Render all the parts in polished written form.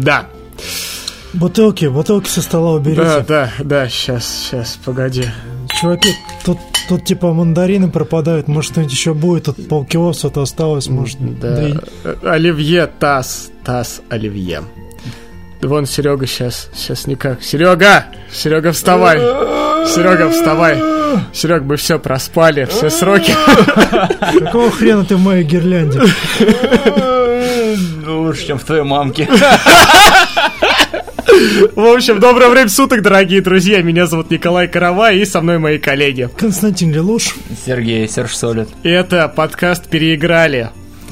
Да. Бутылки со стола уберите. Да, сейчас, погоди. Чуваки, тут типа мандарины пропадают, может что-нибудь еще будет, тут полкило что-то осталось, может. Да. Оливье, таз оливье. Вон Серега сейчас никак. Серега, вставай. Серег, мы все проспали, все сроки. Какого хрена ты в моей гирлянде? Лучше, чем в твоей мамке. В общем, доброе время суток, дорогие друзья. Меня зовут Николай Карава, и со мной мои коллеги Константин Лелуш, Серж Солид. И это подкаст «Переиграли».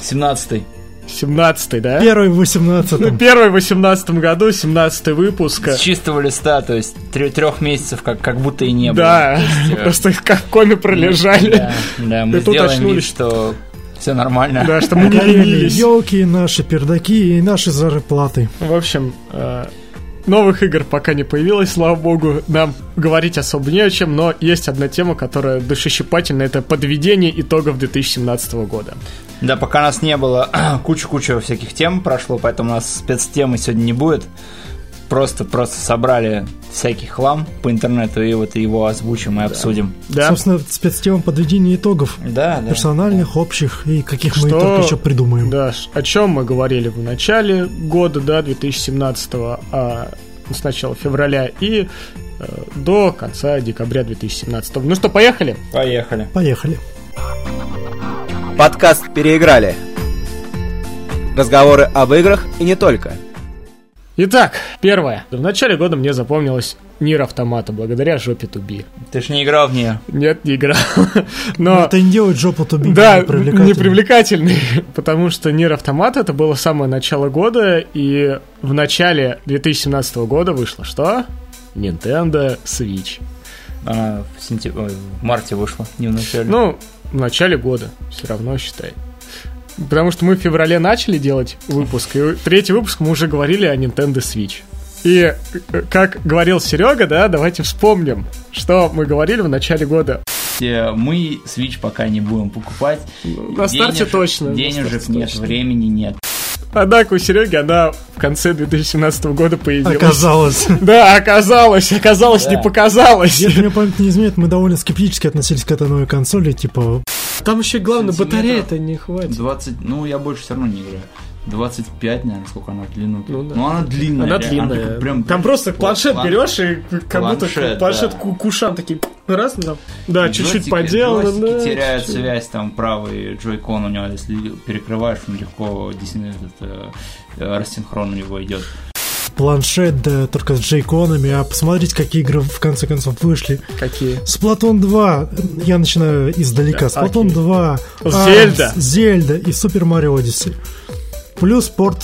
17-й, да? Первый в 18-м. Первый в 18-м году, 17-й выпуск. С чистого листа, то есть 3 месяцев как будто и не было. Да, просто как в коме пролежали. Да, мы сделаем вид, что все нормально. Да, что мы не ленились. Ёлки, наши пердаки и наши зарплаты. В общем, новых игр пока не появилось, слава богу. Нам говорить особо не о чем, но есть одна тема, которая душещипательна. Это подведение итогов 2017 года. Да, пока нас не было, куча всяких тем прошло, поэтому у нас спецтемы сегодня не будет. Просто собрали всякий хлам по интернету и вот его озвучим и обсудим. Да. Собственно, спецтема подведения итогов. Да. Персональных, общих и каких мы только еще придумаем. Да, о чем мы говорили в начале года, да, 2017-го, с начала февраля и до конца декабря 2017-го. Ну что, поехали? Поехали. Подкаст «Переиграли». Разговоры об играх и не только. Итак, первое. В начале года мне запомнилось Нир Автомата, благодаря жопе Туби. Ты ж не играл в нее? Нет, не играл. Но это не делает жопу Туби непривлекательной, потому что Нир Автомата это было самое начало года, и в начале 2017 года вышло что? Nintendo Switch. Она в марте вышла, не в начале. Ну, в начале года, все равно считай. Потому что мы в феврале начали делать выпуск, и третий выпуск мы уже говорили о Nintendo Switch. И, как говорил Серега, да, давайте вспомним, что мы говорили в начале года. Мы Switch пока не будем покупать. На старте точно. Денежек нет, времени нет. Однако у Сереги она в конце 2017 года появилась. Оказалось. Да, оказалось, не показалось. Если мне память не изменяет, мы довольно скептически относились к этой новой консоли, типа... Там еще главное, батареи-то не хватит. 20, я больше все равно не играю. 25, наверное, сколько она в длину. Ну, да. Ну, она длинная. Она длинная. Прям там просто планшет берешь, и как будто планшет к ушам такие раз, да, чуть-чуть поделано. Джойстики теряют связь, там правый джойкон у него, если перекрываешь, он легко рассинхрон у него идет. Планшет, да, только с джейконами. А посмотрите, какие игры в конце концов вышли. Какие? Splatoon 2. Я начинаю издалека. Splatoon 2. Зельда и Super Mario Odyssey. Плюс порт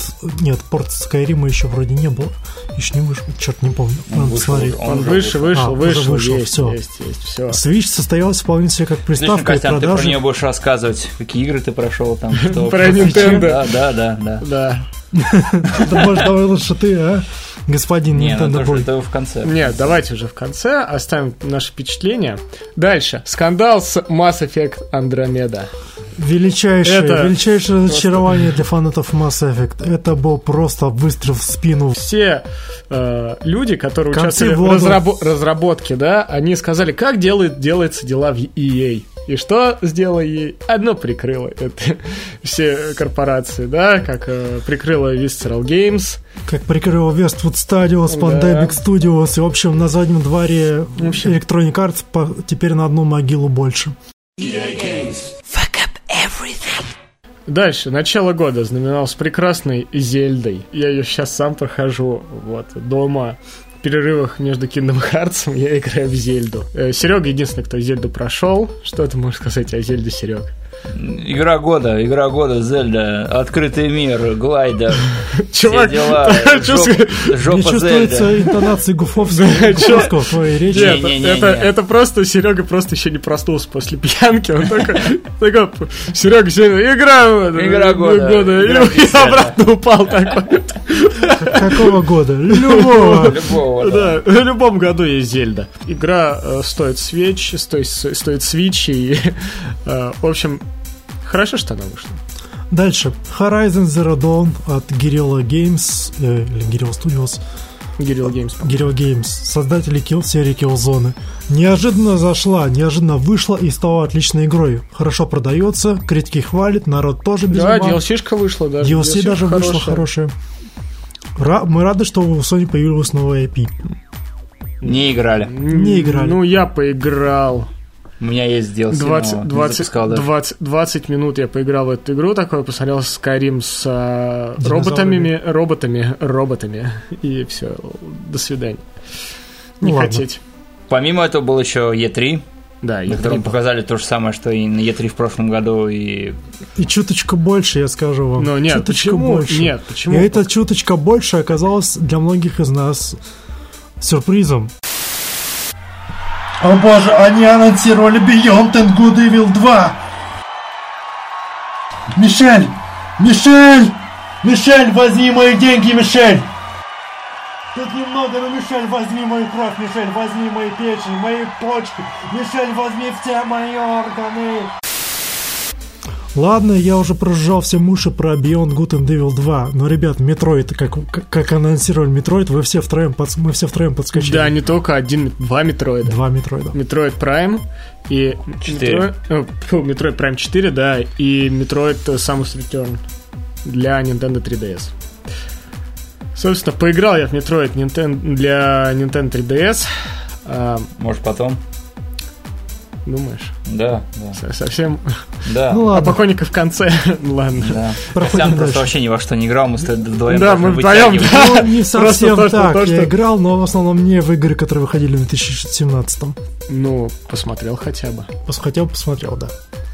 Skyrim еще вроде не было. Еще не вышел, черт не помню. Он вышел, все. Switch состоялась вполне себе как приставка. Костян, ты про нее будешь рассказывать, какие игры ты прошел там. Про Nintendo. Да. Может, давай лучше ты, господин Nintendo Boy. Это в конце. Нет, давайте уже в конце оставим наши впечатления. Дальше. Скандал с Mass Effect Andromeda. Величайшее разочарование для фанатов Mass Effect. Это был просто выстрел в спину. Все люди, которые участвовали в разработке, да, они сказали, как делаются дела в EA. И что сделала EA? Одно прикрыло это все корпорации, да, как прикрыла Visceral Games. Как прикрыла Westwood Studios, Pandemic Studios. И, в общем, на заднем дворе Electronic Arts теперь на одну могилу больше. EA Games. Дальше, начало года знаменовалось прекрасной Зельдой. Я ее сейчас сам прохожу дома. В перерывах между Kingdom Hearts я играю в Зельду. Серега единственный, кто Зельду прошел. Что ты можешь сказать о Зельде, Серег? Игра года, Зельда, открытый мир, глайдер, чувак, все дела, жопа не чувствуется интонации гуфовского в твоей речи. Нет, это просто Серега просто еще не проснулся после пьянки. Он такой, Серега, игра года, и обратно упал такой. Какого года? Любого. Да, в любом году есть Зельда. Игра стоит Switch, и, в общем, хорошо, что она вышла. Дальше. Horizon Zero Dawn от Guerrilla Games, или Guerrilla Studios. Guerrilla Games, создатели серии Killzone. Неожиданно вышла и стала отличной игрой. Хорошо продается, критики хвалят, народ тоже без ума. Да, DLC-шка вышла даже. DLC даже вышла хорошая. Мы рады, что у Sony появилась новая IP. Не играли. Ну, я поиграл. У меня есть DLC, 20 минут я поиграл в эту игру, такой посмотрел Skyrim с роботами, и все, до свидания. Не хотеть. Помимо этого был еще E3, да, на котором показали то же самое, что и на E3 в прошлом году. И чуточку больше, я скажу вам. Но нет, почему? Нет, почему? И эта чуточка больше оказалась для многих из нас сюрпризом. О боже, они анонсировали Beyond and Good Evil 2! Мишель, возьми мои деньги, Мишель! Тут немного, но Мишель, возьми мою кровь, Мишель, возьми мои печень, мои почки, Мишель, возьми все мои органы! Ладно, я уже прожужжал все уши про Beyond Good and Evil 2, но, ребят, Metroid, как анонсировали Metroid, мы все втроем подскочили. Да, не только два Metroid. Два Metroid. Metroid Prime и 4. Metroid Prime 4, да, и Metroid Samus Return для Nintendo 3DS. Собственно, поиграл я в Metroid для Nintendo 3DS. Может, потом? Думаешь? Да. Совсем? Да. Ну, ладно. А покойника в конце. Ладно. Да. Костян просто вообще ни во что не играл, мы вдвоем. Да, мы вдвоем. Ну, не совсем так. Я играл, но в основном не в игры, которые выходили в 2017-м. Ну, посмотрел хотя бы. Посмотрел, да.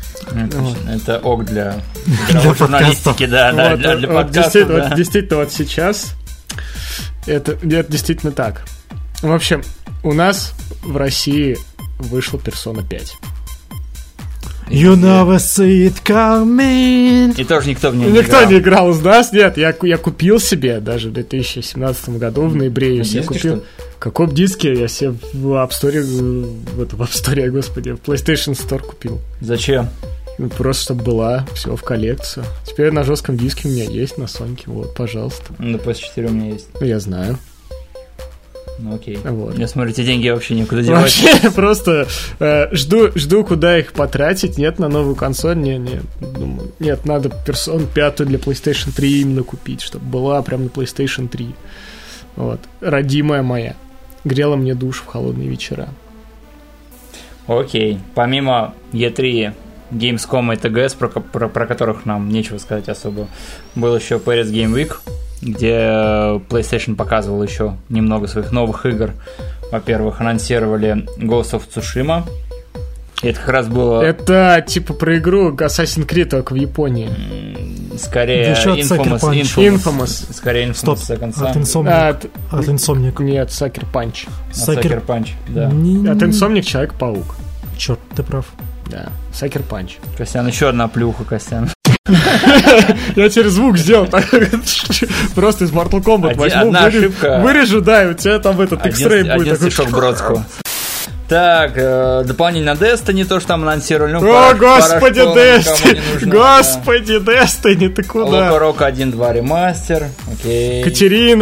Это ок для журналистики, да, для подкаста. Вот действительно, вот сейчас это действительно так. В общем, у нас в России вышла Persona 5. You never see it coming. И тоже никто в нее не играл. Никто не играл из нас, нет. Я купил себе даже в 2017 году, в ноябре я себе купил. В каком диске? Я себе в App Store, в PlayStation Store купил. Зачем? Просто чтобы была, все в коллекцию. Теперь на жестком диске у меня есть, на Соньке, вот, пожалуйста. На PS4 у меня есть. Я знаю. Ну окей. Вот. Я смотрю, эти деньги вообще некуда девать. Вообще просто жду, куда их потратить. Нет, на новую консоль. Думаю, нет, надо Persona 5 для PlayStation 3 именно купить, чтобы была прям на PlayStation 3. Вот. Родимая моя. Грела мне душ в холодные вечера. Окей. Помимо E3, Gamescom и TGS, про которых нам нечего сказать особо, был еще Paris Game Week, где PlayStation показывал еще немного своих новых игр. Во-первых, анонсировали Ghost of Tsushima. И это как раз было... Это типа про игру Assassin's Creed, только в Японии. Скорее Infamous. Скорее Infamous до конца. От Insomniac. Нет, Sucker Punch. Sucker Punch, да. От Insomniac Человек-паук. Черт, ты прав. Да, Sucker Punch. Костян, еще одна плюха, Костян. Я через звук сделал просто из Mortal Kombat возьму, вырежу, да, и у тебя там этот X-Ray будет. Один стишок Бродского. Так, дополнение на Destiny тоже там анонсировали. О, господи, Destiny! Господи, Destiny, ты куда? Loco Rock 1.2 ремастер. Окей. Катерин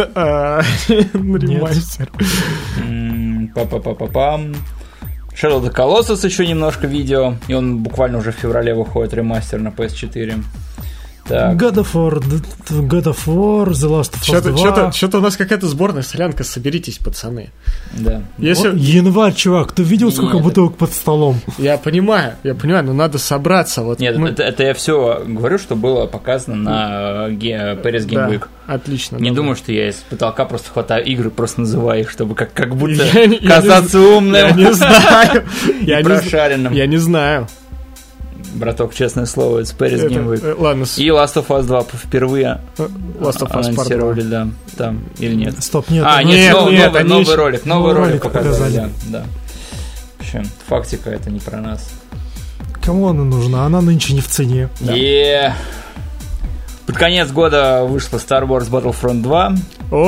ремастер. Па-па-па-па-пам. Shadow of the Colossus еще немножко видео, и он буквально уже в феврале выходит, ремастер на PS4. Так. God of War, The Last of Us 2. Что-то у нас какая-то сборная солянка, соберитесь, пацаны. Да. Январь, чувак, ты видел, сколько бутылок под столом? Я понимаю, но надо собраться. Вот нет, это я все говорю, что было показано на Paris Game Week. Отлично. Не думаю, что я из потолка просто хватаю игры, просто называю их, чтобы как будто казаться умным. Я не знаю. Прошаренным. Я не знаю. Браток, честное слово, это Paris Game Week. Ладно. И Last of Us 2 впервые анонсировали, да. Там или нет? Стоп, нет. Новый ролик показали. Да. В общем, фактика это не про нас. Кому она нужна? Она нынче не в цене. Под конец года вышла Star Wars Battlefront 2. О!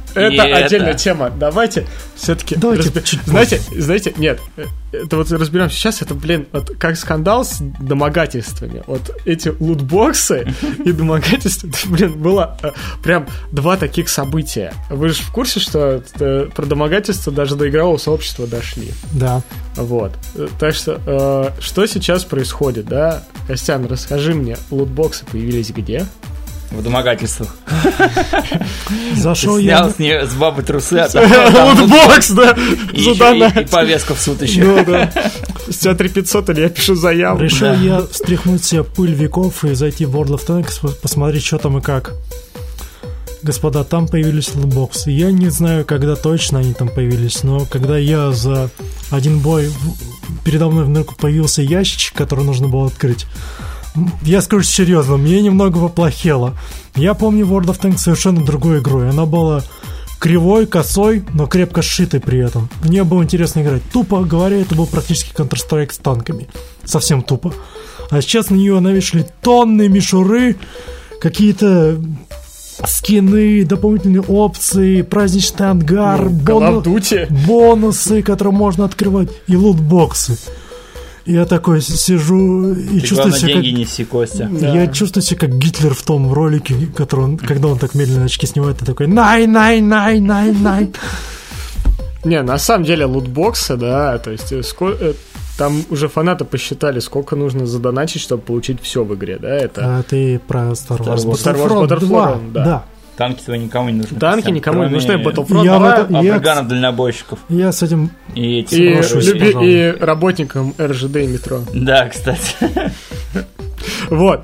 Это отдельная тема. Давайте все-таки... Знаете, нет, это вот разберем сейчас, это, вот как скандал с домогательствами. Вот эти лутбоксы и домогательства, было прям два таких события. Вы же в курсе, что про домогательства даже до игрового сообщества дошли? Да. Вот. Так что, что сейчас происходит, да? Костян, расскажи мне, лутбоксы появились где? В домогательствах. Зашел я... Снял с бабы трусы, а лутбокс, да, и повестка в суд еще. Ну да. С тебя 3500 или я пишу заяву. Решил я стряхнуть себе пыль веков и зайти в World of Tanks, посмотреть, что там и как. Господа, там появились лутбоксы. Я не знаю, когда точно они там появились, но когда я за один бой передо мной в нырку появился ящичек, который нужно было открыть, я скажу серьезно, мне немного поплохело. Я помню World of Tanks совершенно другой игрой. Она была кривой, косой, но крепко сшитой при этом. Мне было интересно играть. Тупо говоря, это был практически Counter-Strike с танками. Совсем тупо. А сейчас на нее навешали тонны мишуры, какие-то скины, дополнительные опции, праздничный ангар, бонусы, которые можно открывать, и лутбоксы. Я такой сижу и чувствую себя деньги неси, Костя. Я чувствую себя как Гитлер в том ролике, который когда он так медленно очки снимает, и такой най. Не, на самом деле лутбоксы, да, то есть там уже фанаты посчитали, сколько нужно задонатить, чтобы получить все в игре, да, это... А ты про Star Wars Battlefront 2, да. Танки-то никому не нужны. Танки никому не нужны. Battlefront 2, афгаганов-дальнобойщиков. Я с этим... И работникам РЖД и метро. Да, кстати. Вот.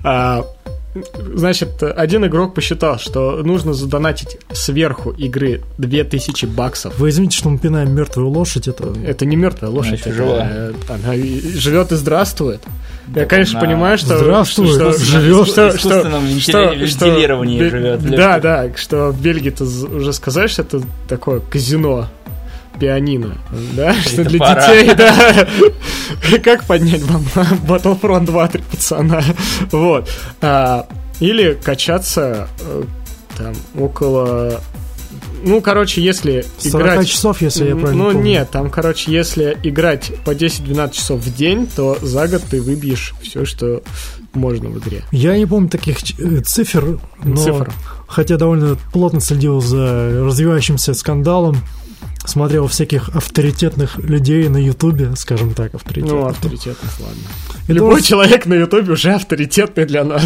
Значит, один игрок посчитал, что нужно задонатить сверху игры 2000 баксов. Вы извините, что мы пинаем мертвую лошадь. Это не мертвая лошадь. Она живет и здравствует. Я, конечно, понимаю, что... Здравствует, живет. В искусственном вентилировании живет. Да, что в Бельгии-то уже сказали, что это такое казино. Пианино, да, что для детей, да. Как поднять вам Battlefront 2, 3 пацана, вот. Или качаться там около... Ну, короче, если 40 играть... часов, если я правильно помню. Ну, нет, там, короче, если играть по 10-12 часов в день, то за год ты выбьешь все, что можно в игре. Я не помню таких цифр, но хотя довольно плотно следил за развивающимся скандалом, смотрел всяких авторитетных людей на Ютубе, скажем так, авторитетных. Ну, авторитетных, ладно. Любой человек на Ютубе уже авторитетный для нас.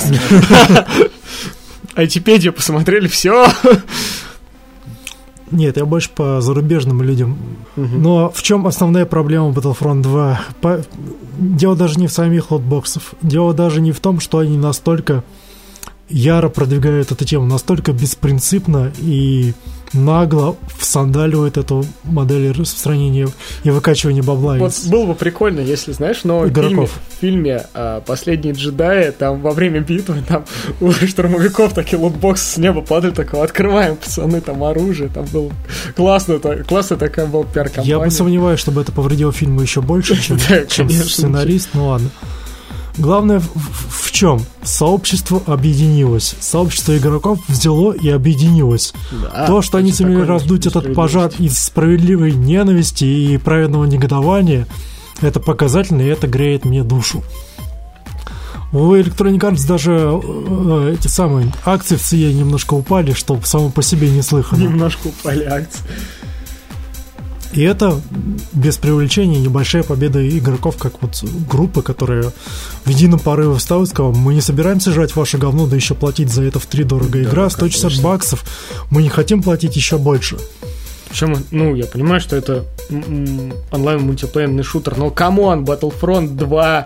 Айтипедию посмотрели, все. Нет, я больше по зарубежным людям. Но в чем основная проблема Battlefront 2? Дело даже не в самих лотбоксов. Дело даже не в том, что они настолько яро продвигают эту тему, настолько беспринципно и нагло всандаливают эту модель распространения и выкачивания бабла. Вот было бы прикольно, если, знаешь, в новом фильме «Последние джедаи», там во время битвы там у штурмовиков такие лутбоксы с неба падали, такого открываем, пацаны, там оружие, там было классно такая была пиар-компания. Я бы сомневаюсь, чтобы это повредило фильму еще больше, чем сценарист, ну ладно. Главное в чем? Сообщество объединилось. Сообщество игроков взяло и объединилось. Да, то, что они сумели раздуть этот пожар из справедливой ненависти и праведного негодования, это показательно, и это греет мне душу. У Electronic Arts даже эти самые акции в ЦЕ немножко упали, что само по себе неслыханно. Немножко упали акции. И это, без преувеличения, небольшая победа игроков, как вот группы, которые в едином порыве встала и сказала: мы не собираемся жрать ваше говно, да еще платить за это втридорого. Игра 160 баксов, мы не хотим платить еще больше. Причем, ну, я понимаю, что это онлайн-мультиплеерный шутер, но камон, Battlefront 2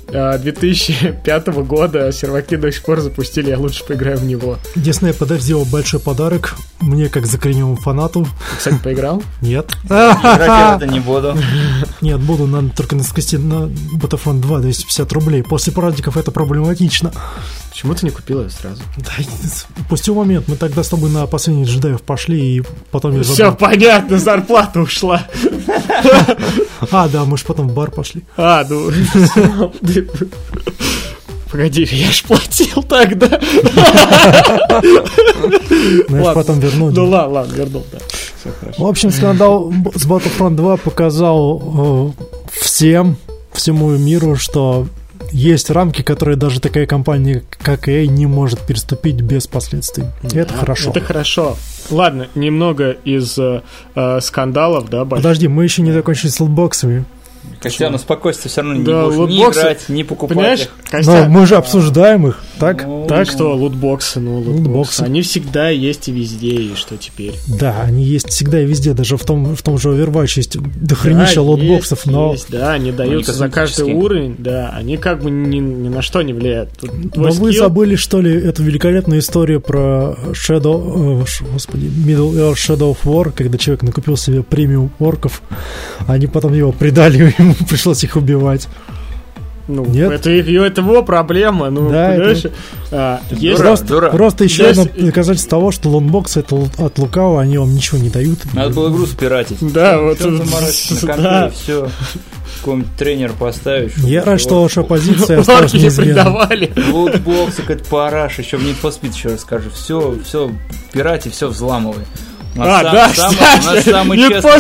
2005 года серваки до сих пор запустили, я лучше поиграю в него. Disney подождал большой подарок мне, как закоренелому фанату. Ты, кстати, поиграл? Нет. Играть я это не буду. Нет, буду, надо только наскостить на Battlefront 2 250 рублей. После праздников это проблематично. Почему ты не купил ее сразу? Да, пустил момент. Мы тогда с тобой на последних джедаев пошли, и потом я забыл. Все понятно, зарплата ушла. А, да, мы же потом в бар пошли. А, ну... Погоди, я ж платил тогда. Ну, я потом вернул. Ну ладно, вернул, да. Все хорошо. В общем, скандал с Battlefront 2 показал всему миру, что есть рамки, которые даже такая компания, как EA, не может переступить без последствий. И это хорошо. Это хорошо. Ладно, немного из скандалов, да, больших. Подожди, мы еще не закончили с лутбоксами. Костян, успокойся, все равно не будешь ни играть, ни покупать их. Но мы же обсуждаем их, так? Так что лутбоксы, лутбоксы. Они всегда есть и везде, и что теперь? Да, они есть всегда и везде, даже в том же Overwatch есть дохренища лутбоксов, но... Да, они даются за каждый уровень, да, они как бы ни на что не влияют. Но вы забыли, что ли, эту великолепную историю про Middle Earth Shadow of War, когда человек накупил себе премиум орков, они потом его предали, ему пришлось их убивать. Ну, нет? Это его проблема. Ну, да, понимаешь? Просто еще одно доказательство того, что лонбоксы это от лукавого, они вам ничего не дают. Надо было игру спиратить. Да, вот это все. Какой-нибудь тренер поставишь. Я рад, что ваша позиция осталась неизменной. Лутбоксы, как параш, еще в Need for Speed еще расскажу. Все пирати, все взламывай. У нас самый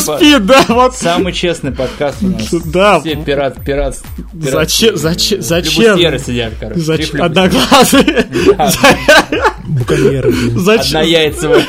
честный подкаст у нас. Да. Все пират. Зачем? Сидят, короче. Одноглазые. Буконьеры. Однояйцевые.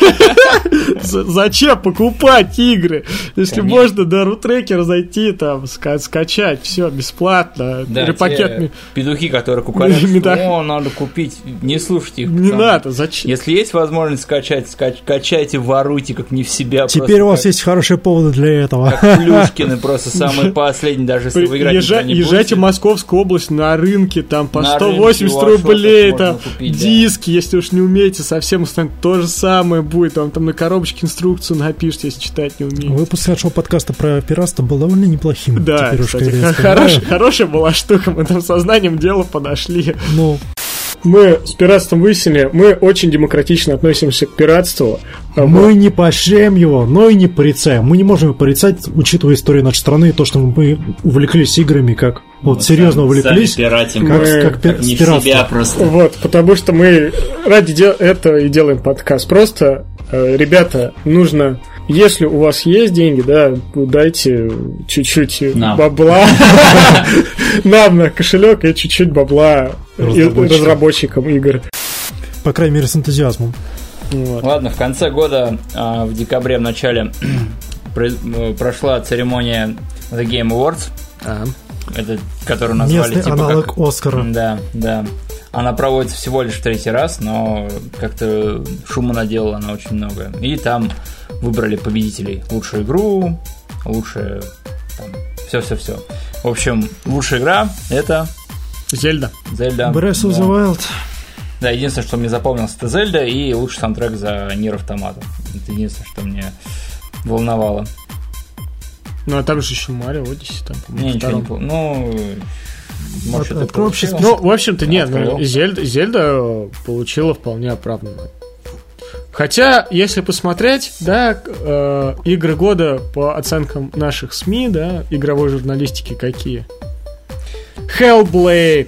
Зачем покупать игры, если можно на рутрекер зайти, там, скачать, все бесплатно. Да, те петухи, которые кукарят, надо купить. Не слушайте их. Не надо, зачем? Если есть возможность скачать, качайте, воруйте, как не в себя. Теперь у вас есть хорошие поводы для этого. Как Плюшкины, просто самые последние, даже если вы играть не будете. Езжайте в Московскую область на рынке, там по 180 рублей, там диски, если уж не умеете, совсем то же самое будет, вам там на коробочке инструкцию напишите, если читать не умеете. Выпуск нашего подкаста про пиратство был довольно неплохим. Да, кстати, хорошая была штука, мы там сознанием дела подошли. Ну... Мы с пиратством выяснили, мы очень демократично относимся к пиратству. Мы не поощряем его, но и не порицаем. Мы не можем его порицать, учитывая историю нашей страны, и то, что мы увлеклись играми, как вот серьезно увлеклись, как не в себя просто. Вот, потому что мы ради этого и делаем подкаст. Просто, ребята, нужно... Если у вас есть деньги, да, дайте чуть-чуть бабла нам на кошелек и чуть-чуть бабла разработчикам игр. По крайней мере, с энтузиазмом. Вот. Ладно, в конце года, в декабре, в начале, прошла церемония The Game Awards, это, которую назвали местный аналог Оскара. Да. Она проводится всего лишь в 3-й раз, но как-то шума наделала она очень много. И там выбрали победителей. Лучшую игру, лучшее... Все. В общем, лучшая игра — это... Зельда. Breath of the Wild. Да, единственное, что мне запомнилось, это Зельда, и лучший саундтрек за Nier Automata. Это единственное, что мне волновало. Ну, а там же еще Mario Odyssey. Там, не, ничего не помню. Ну... Может, в общем-то, нет, Зельда получила вполне оправданно. Хотя, если посмотреть, да, игры года по оценкам наших СМИ, да, игровой журналистики какие? Hellblade,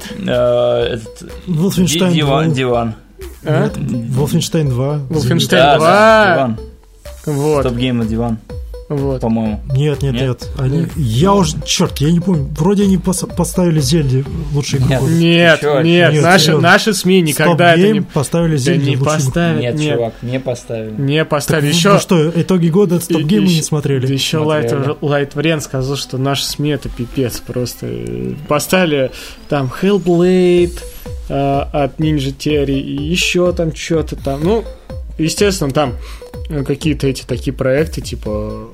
Wolfenstein Диван. Wolfenstein 2. Wolfenstein 2. Вот. Топ-гейм Диван. Вот. По-моему. Нет. Я уже, черт, я не помню. Вроде они поставили Зельде лучший игру. Нет. Наши СМИ никогда это не поставили Зельде. Не поставили. Нет, чувак, не поставили. Не поставили. Еще. Ну что, итоги года Стоп-гейм мы не смотрели. Еще Лайт Врен сказал, что наши СМИ это пипец просто. Поставили там Hellblade от Ninja Theory и еще там что-то там. Ну, естественно, там какие-то эти такие проекты типа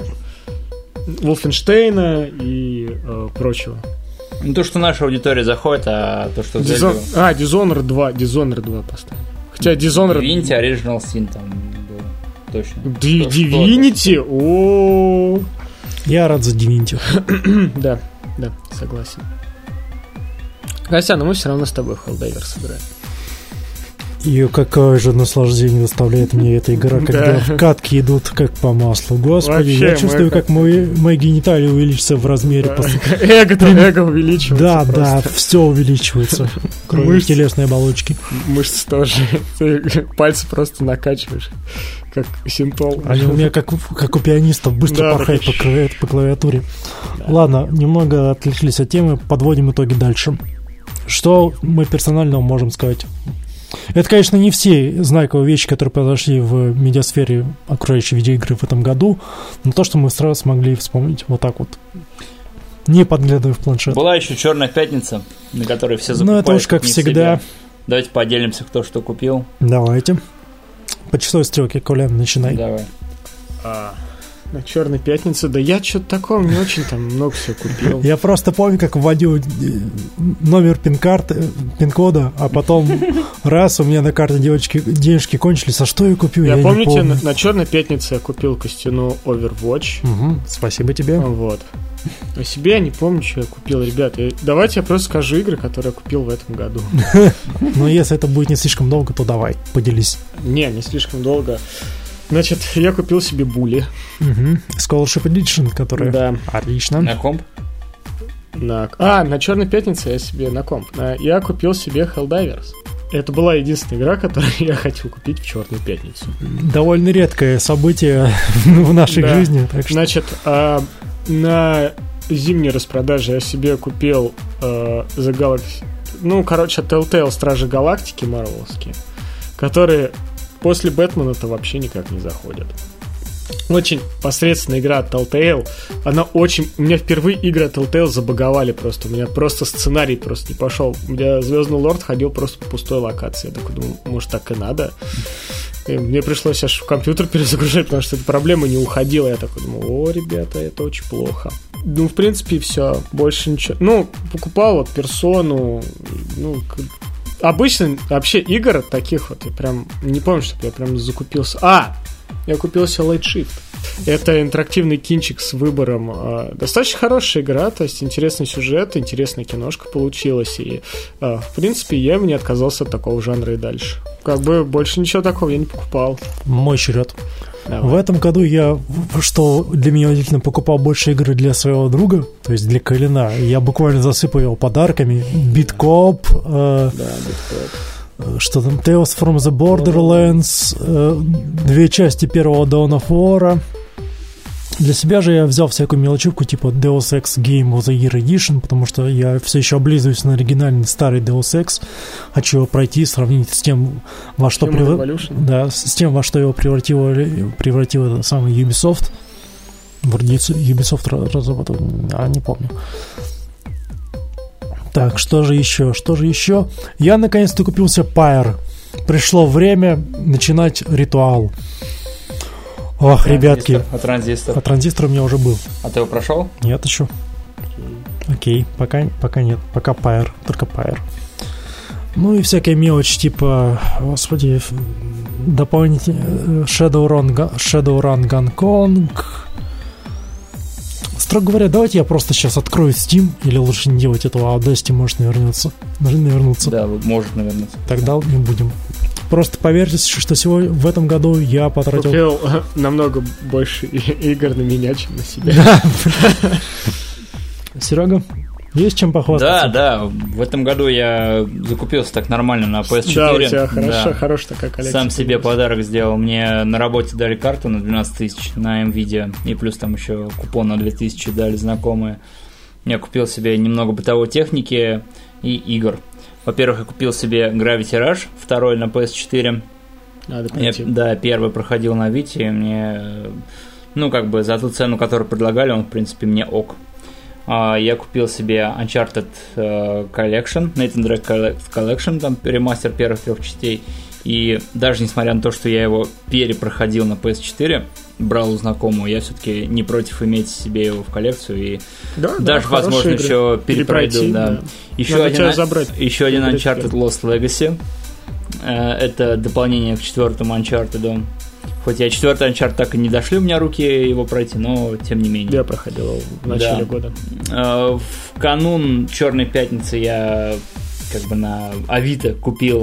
Wolfenstein и прочего. Не то, что наша аудитория заходит, а то, что Dishonored 2 поставили. Хотя Dishonored... Divinity Original Sin там был. Точно. Divinity? О. Я рад за Divinity. Да, согласен. Костя, но мы все равно с тобой в Helldivers играем. И какое же наслаждение доставляет мне эта игра, когда вкатки идут как по маслу. Господи, вообще, я чувствую, как мои гениталии увеличатся в размере. Эго увеличивается. Да, все увеличивается, кроме телесной оболочки. Мышцы тоже. Ты пальцы просто накачиваешь, как синтол. Они у меня, как у пианистов, быстро порхают по клавиатуре. Ладно, немного отвлеклись от темы, подводим итоги дальше. Что мы персонально можем сказать? Это, конечно, не все знаковые вещи, которые произошли в медиасфере окружающей видеоигры в этом году, но то, что мы сразу смогли вспомнить вот так вот, не подглядывая в планшет. Была еще «Черная пятница», на которой все закупают. Ну, это уж как всегда. Себе. Давайте поделимся, кто что купил. Давайте. По часовой стрелке, Коля, начинай. Давай. На «Черной пятнице», да я что-то такого не очень там много всего купил. Я просто помню, как вводил номер пин-кода, а потом раз у меня на карте денежки кончились, а что я купил? Я помню, на «Черной пятнице» я купил костяную Overwatch. Спасибо тебе. Вот. А себе я не помню, что я купил, ребят. Давайте я просто скажу игры, которые я купил в этом году. Но если это будет не слишком долго, то давай, поделись. Не слишком долго. Значит, я купил себе Bully. Scholarship Edition, которая... Да. Отлично. На комп? На «Черной пятнице» я себе на комп. Я купил себе Helldivers. Это была единственная игра, которую я хотел купить в «Черную пятницу». Довольно редкое событие в нашей жизни. Так что... Значит, на зимней распродаже я себе купил The Galaxy... от Telltale Стражи Галактики марвеловские, которые... После Бэтмена-то вообще никак не заходят. Очень посредственная игра от Telltale. Она очень... У меня впервые игры от Telltale забаговали просто. У меня просто сценарий просто не пошел. У меня Звездный Лорд ходил просто по пустой локации. Я такой думаю, может, так и надо? И мне пришлось аж в компьютер перезагружать, потому что эта проблема не уходила. Я такой думаю, ребята, это очень плохо. В принципе, и все. Больше ничего. Покупал вот Персону. Обычно вообще игр таких вот я прям не помню, чтобы я прям закупился. Я купил себе Light Shift. Это интерактивный кинчик с выбором. Достаточно хорошая игра, то есть интересный сюжет, интересная киношка получилась. И, в принципе, я не отказался от такого жанра и дальше. Больше ничего такого я не покупал. Мой черед. Давай. В этом году я, что для меня удивительно, покупал больше игры для своего друга, то есть для Калина. Я буквально засыпал его подарками. Биткоп, что там, Tales from the Borderlands, 2 части первого Dawn of War. Для себя же я взял всякую мелочевку типа Deus Ex Game of the Year Edition, потому что я все еще облизываюсь на оригинальный старый Deus Ex. Хочу его пройти, сравнить с тем, во что с тем, во что его превратил этот самый Ubisoft. Вроде Ubisoft разработал, не помню. Так, что же еще? Я наконец-то купился Pyre. Пришло время начинать ритуал. Ох, ребятки. А транзистор? А транзистор у меня уже был. А ты его прошел? Нет еще. Окей, пока нет. Пока Pyre, только Pyre. Ну и всякая мелочь, типа, господи, дополнительный Shadowrun Gangkong. Строго говоря, давайте я просто сейчас открою Steam, или лучше не делать этого, а Audacity может навернуться. Да, может навернуться. Тогда не будем. Просто поверьте, что сегодня, в этом году я потратил... Купил намного больше игр на меня, чем на себя. Серега, есть чем похвастаться? Да, в этом году я закупился так нормально на PS4. Да, у тебя хорошая такая коллекция. Сам себе подарок сделал. Мне на работе дали карту на 12 тысяч на NVIDIA, и плюс там еще купон на 2000 дали знакомые. Я купил себе немного бытовой техники и игр. Во-первых, я купил себе Gravity Rush, второй на PS4. Первый проходил на Vita, и мне, за ту цену, которую предлагали, он, в принципе, мне ок. Я купил себе Uncharted Collection, Nathan Drake Collection, там ремастер первых 3 частей. И даже несмотря на то, что я его перепроходил на PS4, брал у знакомого, я все-таки не против иметь себе его в коллекцию и даже, возможно, еще перепройду. Да. Еще один Uncharted Lost Legacy. Это дополнение к 4-му Uncharted. Хоть я 4-й Uncharted так и не дошли у меня руки его пройти, но тем не менее. Я проходил в начале года. В канун Черной пятницы я на Авито купил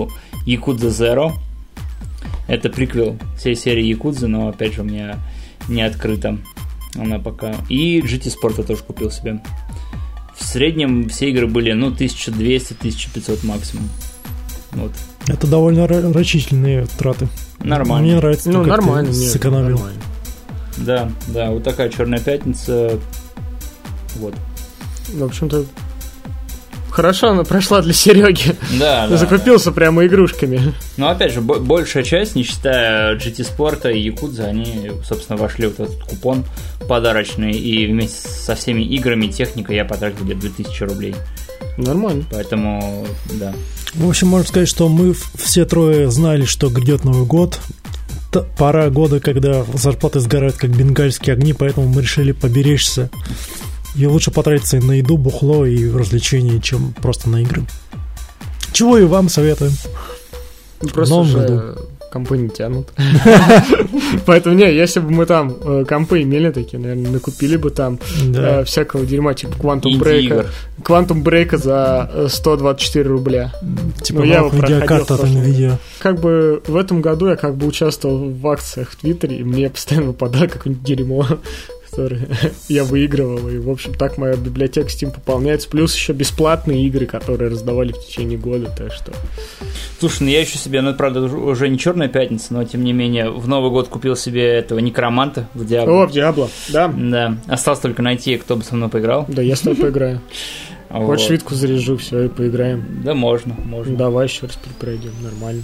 Yakuza Zero. Это приквел всей серии Якудзы, но опять же у меня не открыта она пока. И GT Sport я тоже купил себе. В среднем все игры были, 1200-1500 максимум. Вот. Это довольно рачительные траты. Nормально. Мне нравится, как нормально, ты сэкономил. Да, вот такая Черная пятница. Вот. В общем-то, хорошо она прошла для Сереги. Да. Закупился прямо игрушками. Но опять же, большая часть, не считая GT Sport и Якудза, они, собственно, вошли в этот купон подарочный. И вместе со всеми играми, техникой я потратил где-то 2000 рублей. Нормально. Поэтому, да. В общем, можно сказать, что мы все трое знали, что грядет Новый год. Пора года, когда зарплаты сгорают как бенгальские огни, поэтому мы решили поберечься. И лучше потратиться на еду, бухло и развлечения, чем просто на игры. Чего и вам советуем. Просто уже компы не тянут. Поэтому, если бы мы там компы имели такие, наверное, накупили бы там всякого дерьма, типа Quantum Break за 124 рубля. Типа видеокарта от NVIDIA. Как бы в этом году я участвовал в акциях в Твиттере, и мне постоянно выпадало какое-нибудь дерьмо, которые я выигрывал, и, в общем, так моя библиотека Steam пополняется, плюс еще бесплатные игры, которые раздавали в течение года, так что... Слушай, я еще себе, правда, уже не Черная пятница, но, тем не менее, в Новый год купил себе этого Некроманта в Диабло. В Диабло, да. Да, осталось только найти, кто бы со мной поиграл. Да, я с тобой поиграю. Хочешь, Витку заряжу, все, и поиграем. Да, можно. Давай еще раз пройдем, нормально.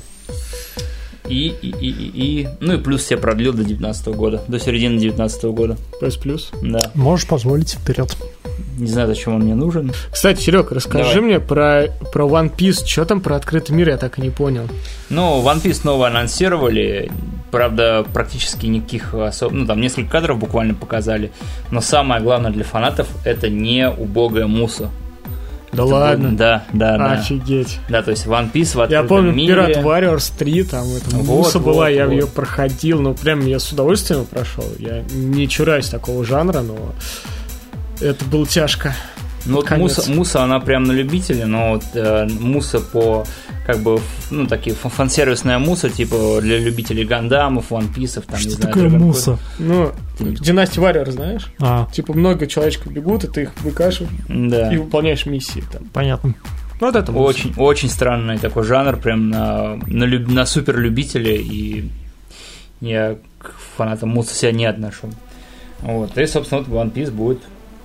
И плюс я продлил до 19 года, до середины 19 года. Плюс? Да. Можешь позволить, вперед. Не знаю, зачем он мне нужен. Кстати, Серег, расскажи мне про One Piece. Что там про открытый мир, я так и не понял. One Piece новый анонсировали. Правда, практически никаких особо... там несколько кадров буквально показали. Но самое главное для фанатов — это не убогая муса. Да ладно? Да. Офигеть. Да, то есть One Piece в открытом Я помню, мире. Pirate Warriors 3, там муса была, я ее проходил, прям я с удовольствием прошел. Я не чураюсь такого жанра, но это было тяжко. Муса, она прям на любителя, но муса по такие фан-сервисная муса, типа для любителей Гандамов, One Piece'ов, там, что не знаю. Что такое муса? Dynasty Warrior, знаешь? Типа много человечков бегут, и ты их выкашиваешь и выполняешь миссии там. Понятно. Вот это очень, очень странный такой жанр, прям на супер любителей, и я к фанатам муса себя не отношу. И, собственно, One Piece будет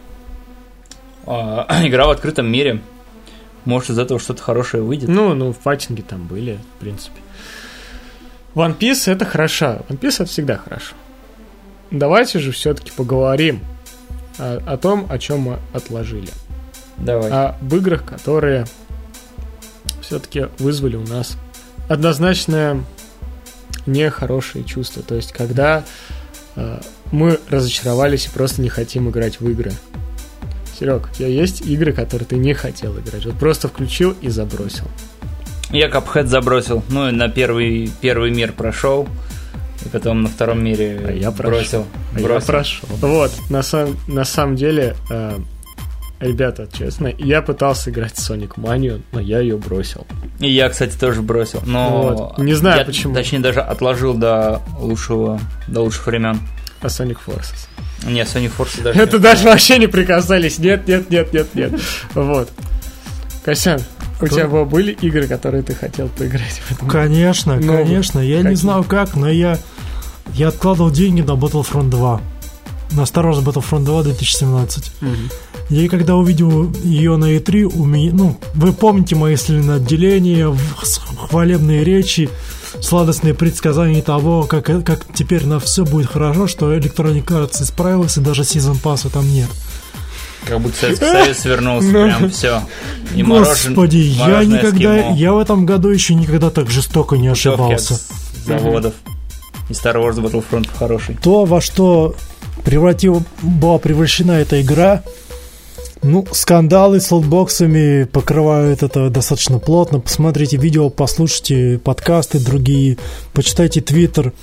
игра в открытом мире. Может, из этого что-то хорошее выйдет. Файтинги там были, в принципе. One Piece — это хорошо. One Piece — это всегда хорошо. Давайте же все-таки поговорим о том, о чем мы отложили. Давай. Об играх, которые все-таки вызвали у нас однозначно нехорошие чувства. То есть, когда мы разочаровались и просто не хотим играть в игры. Серег, у тебя есть игры, которые ты не хотел играть? Просто включил и забросил. Я Cuphead забросил. На первый мир прошел. И потом на втором мире я бросил. Я прошел. На самом деле, ребята, честно, я пытался играть в Sonic Mania, но я ее бросил. И я, кстати, тоже бросил. Но не знаю почему. Точнее, даже отложил до лучших времен. А Sonic Forces? Нет, Sonic Forces даже... Это даже вообще не прикасались. Нет. Вот. Косян, у тебя были игры, которые ты хотел поиграть в этом? Конечно. Я не знаю как, но я откладывал деньги на Battlefront 2. На Star Wars Battlefront 2 2017. И когда увидел ее на E3, у меня... вы помните мои слюноотделения, хвалебные речи, сладостные предсказания того, как теперь на все будет хорошо, что Electronic Arts исправилась, и даже Season Pass'а там нет. Как будто Советский Союз вернулся, прям все. И Господи, я в этом году еще никогда так жестоко не ошибался. Заводов. И Star Wars Battlefront хороший. То, во что была превращена эта игра, скандалы с лутбоксами покрывают это достаточно плотно. Посмотрите видео, послушайте подкасты другие, почитайте Твиттер.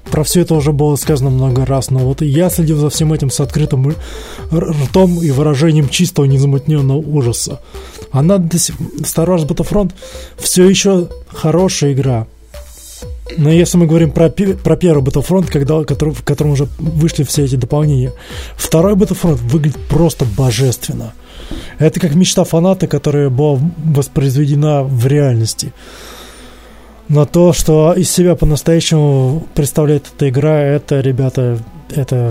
Про все это уже было сказано много раз, но вот я следил за всем этим с открытым ртом и выражением чистого незамутненного ужаса. Star Wars Battlefront все еще хорошая игра. Но если мы говорим про первый Battlefront, в котором уже вышли все эти дополнения, второй Battlefront выглядит просто божественно. Это как мечта фаната, которая была воспроизведена в реальности. Но то, что из себя по-настоящему представляет эта игра, это, ребята, это...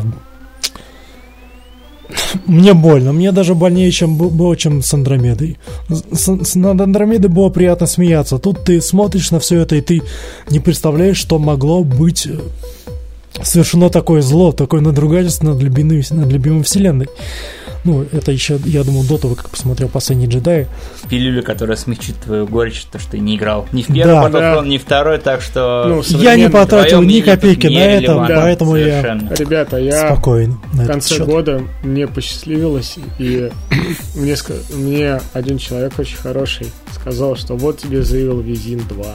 Мне больно. Мне даже больнее, чем было, чем с Андромедой. Над Андромедой было приятно смеяться. Тут ты смотришь на все это, и ты не представляешь, что могло быть совершено такое зло, такое надругательство над любимой вселенной. Ну, это еще, я думал, до того, как посмотрел «Последний джедай». Пилюля, которая смягчит твою горечь, то, что ты не играл. Ни в первый Battlefront, ни второй, так что... Я не потратил ни копейки на это, поэтому совершенно. Я... Ребята, я спокоен в конце года мне посчастливилось, и мне один человек очень хороший сказал, что вот тебе заявил Визин 2.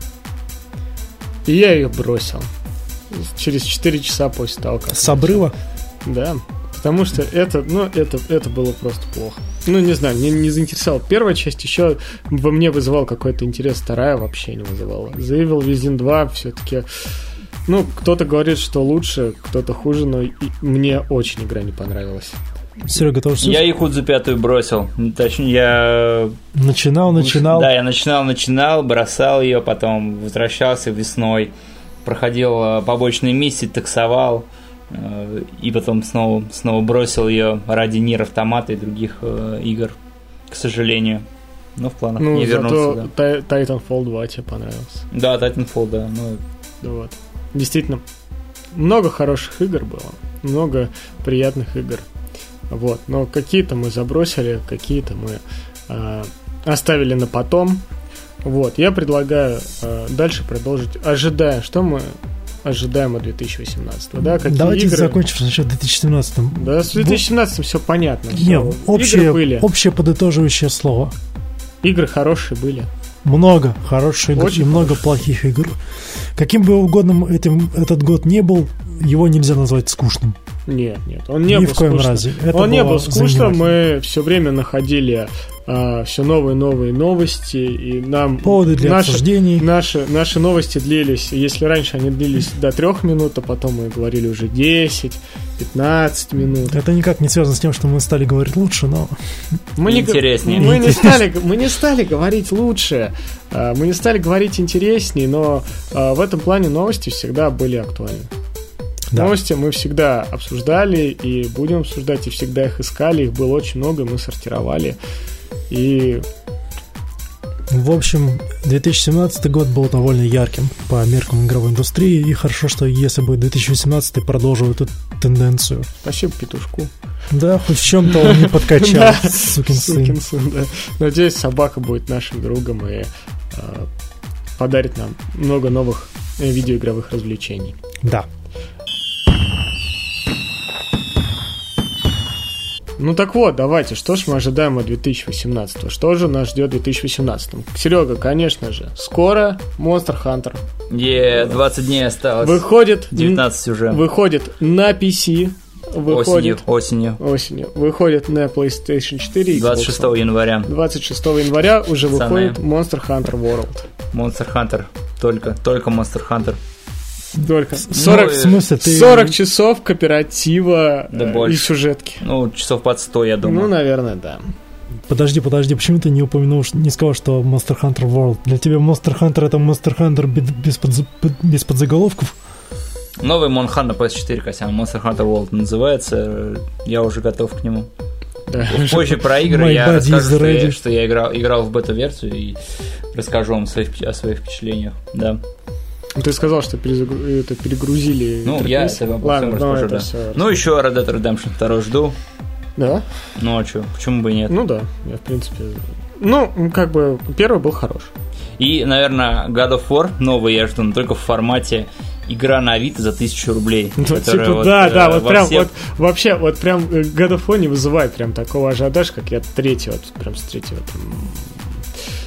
И я ее бросил. Через 4 часа после того, как... С обрыва? Да. Потому что это было просто плохо. Ну, не знаю, не заинтересовал. Первая часть еще во мне вызывала какой-то интерес, вторая вообще не вызывала. Заявил Визин 2 все-таки... Ну, кто-то говорит, что лучше, кто-то хуже, но мне очень игра не понравилась. Серега, тоже... Я Якудзу 5 бросил. Точнее, я... Начинал. Да, я начинал, бросал ее, потом возвращался весной, проходил побочные миссии, таксовал. И потом снова бросил ее ради Нир Автомата и других игр, к сожалению. Но в планах не вернуться. Да. Titanfall 2 тебе понравился. Да, Titanfall, да. Вот. Действительно, много хороших игр было, много приятных игр. Вот. Но какие-то мы забросили, какие-то мы оставили на потом. Вот. Я предлагаю дальше продолжить, ожидая, что мы ожидаем от 2018. Да, какие давайте игры... закончим сначала 2017. Да, с 2017 все понятно. Нет, общее подытоживающее слово. Игры хорошие были. Много хороших игр и много плохих игр. Каким бы угодным этот год не был, его нельзя назвать скучным. Нет, он не был скучным. Ни в коем разе. Он не был скучным, мы все время находили все новые новости, и нам поводы для обсуждений. Наши новости длились, если раньше они длились до 3 минут, а потом мы говорили уже 10-15 минут. Это никак не связано с тем, что мы стали говорить лучше, но... Интереснее. Мы не стали говорить лучше, мы не стали говорить интереснее, но в этом плане новости всегда были актуальны. Да. Новости мы всегда обсуждали и будем обсуждать, и всегда их искали, их было очень много, мы сортировали. И... В общем, 2017 год был довольно ярким по меркам игровой индустрии, и хорошо, что если бы 2018 продолжил эту тенденцию. Спасибо петушку. Да, хоть в чем-то он не подкачал, сукин сын. Надеюсь, собака будет нашим другом и подарит нам много новых видеоигровых развлечений. Да. Ну так вот, давайте, что ж мы ожидаем от 2018? Что же нас ждет в 2018? Серега, конечно же, скоро Monster Hunter. 20 дней осталось. Выходит... 19 уже. Выходит на PC. Осенью. Выходит на PlayStation 4. 26 января. 26 января уже выходит Monster Hunter World. Monster Hunter. Только Monster Hunter. Только 40 часов кооператива и сюжетки. Ну, часов под 100, я думаю. Ну, наверное, да. Подожди, почему ты не сказал, что Monster Hunter World? Для тебя Monster Hunter — это Monster Hunter без подзаголовков? Новый Монхан на PS4, Косян, Monster Hunter World называется. Я уже готов к нему. Да. Позже про игры я расскажу, что я играл в бета-версию и расскажу вам о своих впечатлениях. Да. Ты сказал, что это перегрузили. Ну, я это вам расскажу, да. Ну, еще Red Dead Redemption 2 жду. Да? Ну, а что, почему бы и нет? Ну, да, я, в принципе... Ну, как бы, первый был хорош. И, наверное, God of War новый я жду, но только в формате игра на Авито за 1000 рублей. Ну, типа, вот, да, вот прям, вот, вообще, вот прям God of War не вызывает прям такого ажиотажа, как я прям с третьего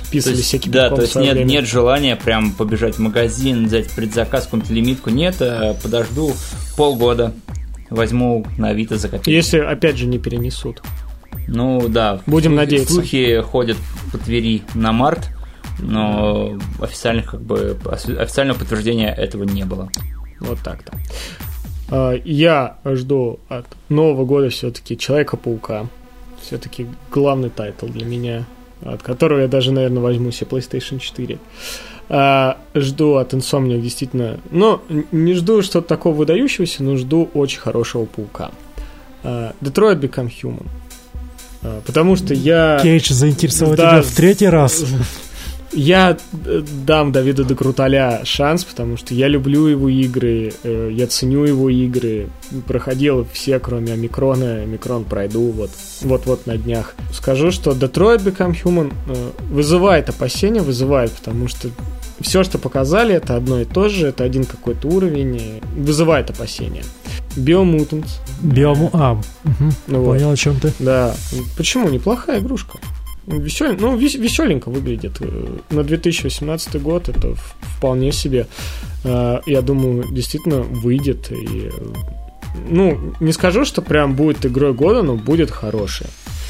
вписывали всякие приколы. Да, то есть нет желания прям побежать в магазин, взять предзаказ, какую-то лимитку. Нет, подожду полгода, возьму на Авито за копейки. Если, опять же, не перенесут. Ну да. Будем надеяться. Слухи ходят по Твери на март, но официального подтверждения этого не было. Вот так-то. Я жду от Нового года все-таки Человека-паука. Все-таки главный тайтл для меня, от которого я даже, наверное, возьму себе PlayStation 4. Жду от Insomniac действительно... Ну, не жду что-то такого выдающегося, но жду очень хорошего паука. Detroit Become Human. Потому что я... Кейдж заинтересовал тебя в третий раз. Я дам Давиду де Круталя шанс, потому что я люблю его игры, я ценю его игры, проходил все, кроме Омикрона. Омикрон пройду вот на днях. Скажу, что Detroit Become Human вызывает опасения, потому что все, что показали, это одно и то же, это один какой-то уровень, вызывает опасения. Biomutant. Понял, о чем ты. Да. Почему? Неплохая игрушка. Веселенько выглядит. На 2018 год это вполне себе, я думаю, действительно выйдет. И, не скажу, что прям будет игрой года, но будет хорошей.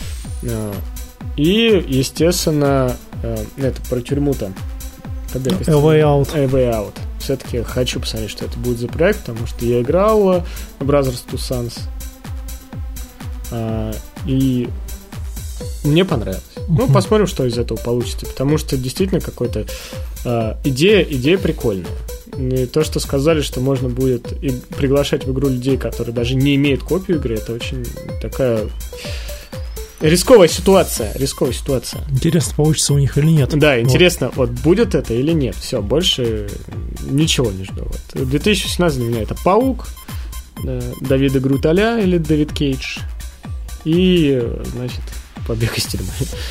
И, естественно, это про тюрьму-то. A Way Out. Все-таки хочу посмотреть, что это будет за проект, потому что я играл Brothers Two Sons. И мне понравилось. Посмотрим, что из этого получится. Потому что действительно какой-то идея прикольная. И то, что сказали, что можно будет приглашать в игру людей, которые даже не имеют копию игры, это очень такая рисковая ситуация. Интересно, получится у них или нет. Да, интересно, будет это или нет. Все, больше ничего не жду. 2018 для меня это Паук, Давида Груталя или Дэвид Кейдж. И, значит, побег из тюрьмы.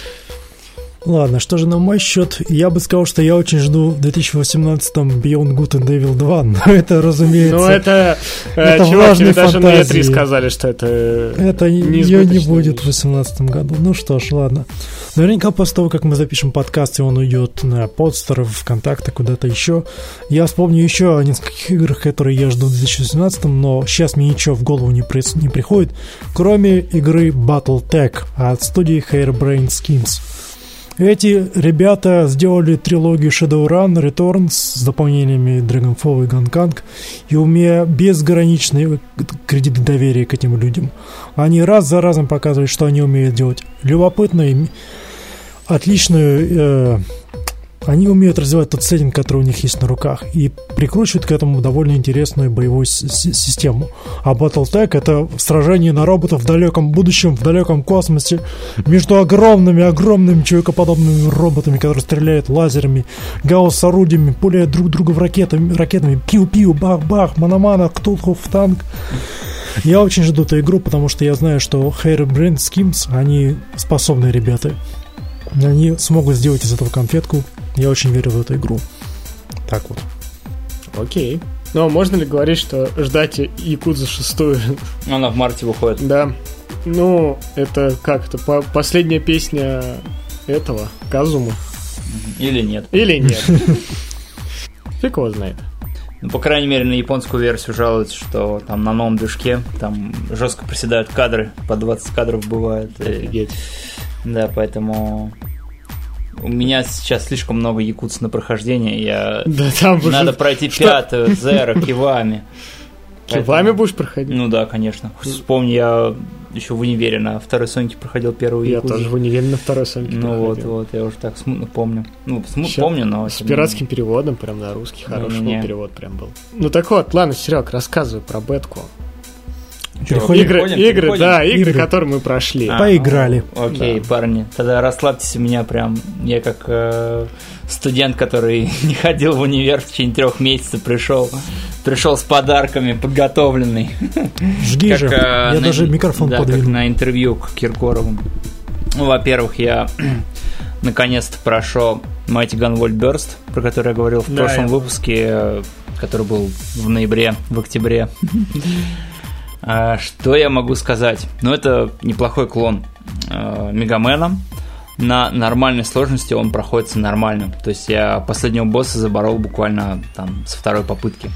Ладно, что же на мой счет? Я бы сказал, что я очень жду в 2018-м Beyond Good and Evil 2, но это, разумеется... это важные даже фантазии. на E3 сказали, что это ее не будет в 2018 году. Ну что ж, ладно. Наверняка после того, как мы запишем подкаст, и он уйдет на Podster, ВКонтакте, куда-то еще, я вспомню еще о нескольких играх, которые я жду в 2018, но сейчас мне ничего в голову не приходит, кроме игры Battletech от студии Harebrained Schemes. Эти ребята сделали трилогию Shadowrun, Returns с дополнениями Dragonfall и Gungang, и у меня безграничный кредит доверия к этим людям. Они раз за разом показывают, что они умеют делать любопытную, отличную... Они умеют развивать тот сеттинг, который у них есть на руках, и прикручивают к этому довольно интересную боевую систему. А Battletech — это сражение на роботов в далеком будущем, в далеком космосе, между огромными человекоподобными роботами, которые стреляют лазерами, гаусс-орудиями, пуляют друг друга в ракетами, пиу-пиу, бах-бах, мана-мана, ктулху в танк. Я очень жду эту игру, потому что я знаю, что Harebrained Schemes, они способные ребята. Они смогут сделать из этого конфетку. Я очень верю в эту игру. Так вот. Окей. Но можно ли говорить, что ждать Якудзу 6? Она в марте выходит. Да. Это как-то последняя песня этого Казумы. Или нет. Фиг его знает. По крайней мере, на японскую версию жалуются, что там на новом движке там жестко приседают кадры, по 20 кадров бывает. Офигеть. Да, поэтому у меня сейчас слишком много якудз на прохождение. Надо пройти 5-ю, Зеро, Кивами. Кивами будешь проходить? Ну да, конечно. Вспомни, я еще в универе на второй Соньке проходил первую якудзу. Я тоже в универе на второй Соньке проходил. Вот, я уже так смутно помню. Помню, но... С пиратским переводом, прям на русский, хороший перевод прям был. Так вот, ладно, Серег, рассказывай про бетку. Игры, которые мы прошли. Поиграли. Окей, парни, тогда расслабьтесь у меня прям. Я как студент, который не ходил в универ в течение 3 месяцев, пришел с подарками, подготовленный. Жги же, я даже микрофон подвинул. Как на интервью к Киркорову. Во-первых, я наконец-то прошел Mighty Gun World Burst, про который я говорил в прошлом выпуске, который был в октябре. Что я могу сказать? Это неплохой клон Мегамена, на нормальной сложности он проходится нормально. То есть я последнего босса заборол буквально там со второй попытки.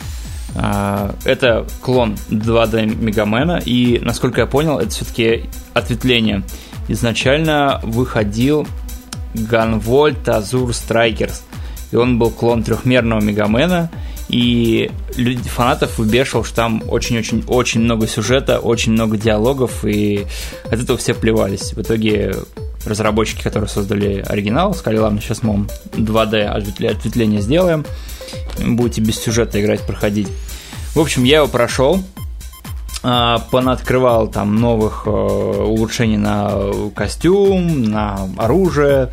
Это клон 2D Мегамена, и, насколько я понял, это все-таки ответвление. Изначально выходил Gunvolt Azure Strikers, и он был клон трехмерного Мегамена, и фанатов выбешивал, что там очень-очень-очень много сюжета, очень много диалогов, и от этого все плевались. В итоге разработчики, которые создали оригинал, сказали: ладно, сейчас мы 2D ответвление сделаем, будете без сюжета играть, проходить. В общем, я его прошел, понаоткрывал там новых улучшений на костюм, на оружие,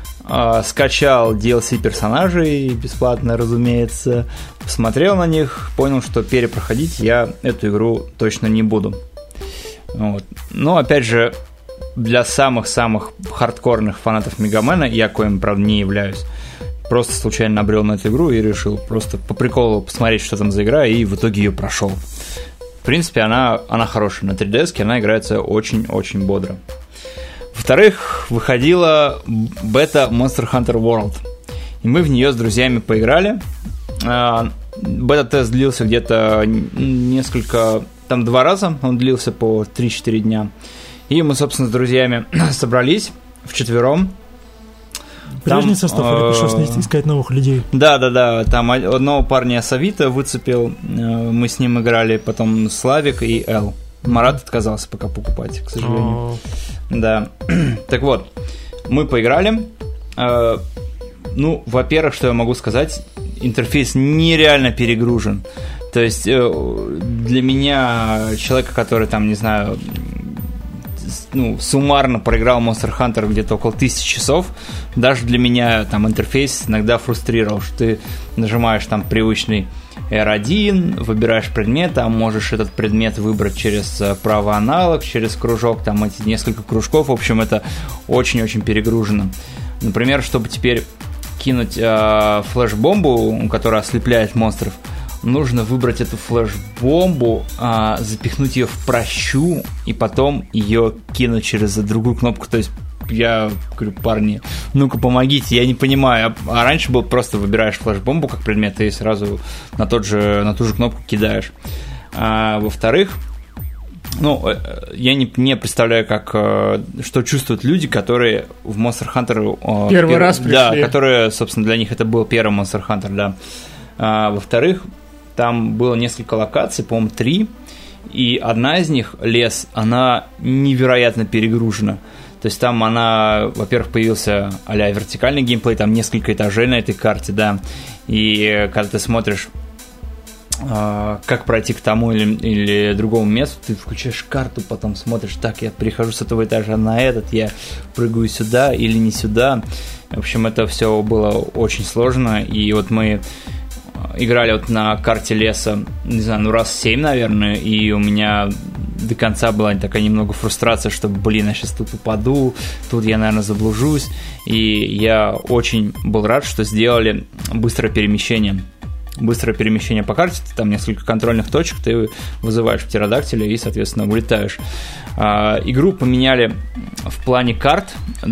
скачал DLC персонажей бесплатно, разумеется, посмотрел на них, понял, что перепроходить я эту игру точно не буду. Вот. Но, опять же, для самых-самых хардкорных фанатов Мегамена, я коим, правда, не являюсь, просто случайно набрел на эту игру и решил просто по приколу посмотреть, что там за игра, и в итоге ее прошел. В принципе, она хорошая. На 3DS она играется очень-очень бодро. Во-вторых, выходила бета Monster Hunter World, и мы в нее с друзьями поиграли. Бета-тест длился где-то несколько... Там 2 раза он длился по 3-4 дня. И мы, собственно, с друзьями собрались вчетвером. Прежний состав или пришлось искать новых людей? Да. Там одного парня с Авито выцепил. Мы с ним играли. Потом Славик и Эл. Марат отказался пока покупать, к сожалению. Да. Так вот, мы поиграли. Ну, во-первых, что я могу сказать, интерфейс нереально перегружен. То есть для меня, человека, который там, не знаю, суммарно проиграл Monster Hunter где-то около 1000 часов, даже для меня там интерфейс иногда фрустрировал, что ты нажимаешь там привычный R1, выбираешь предмет, а можешь этот предмет выбрать через правый аналог, через кружок, там эти несколько кружков, в общем, это очень-очень перегружено. Например, чтобы теперь кинуть флеш-бомбу, которая ослепляет монстров, нужно выбрать эту флеш-бомбу, запихнуть ее в прощу и потом ее кинуть через другую кнопку. То есть я говорю: парни, ну-ка помогите, я не понимаю. А раньше было просто выбираешь флеш-бомбу как предмет и сразу на ту же кнопку кидаешь. Во-вторых, я не представляю, что чувствуют люди, которые в Monster Hunter... Первый раз пришли. Да, которые, собственно, для них это был первый Monster Hunter, да. Во-вторых, там было несколько локаций, по-моему, 3, и одна из них, лес, она невероятно перегружена. То есть там она, во-первых, появился а-ля вертикальный геймплей, там несколько этажей на этой карте, да, и когда ты смотришь, как пройти к тому или другому месту, ты включаешь карту, потом смотришь: так, я перехожу с этого этажа на этот, я прыгаю сюда или не сюда. В общем, это все было очень сложно, и вот мы играли вот на карте леса, не знаю, раз 7, наверное, и у меня до конца была такая немного фрустрация, что, я сейчас тут упаду, тут я, наверное, заблужусь, и я очень был рад, что сделали быстрое перемещение по карте, там несколько контрольных точек, ты вызываешь птеродактиля и, соответственно, улетаешь. Игру поменяли в плане карт.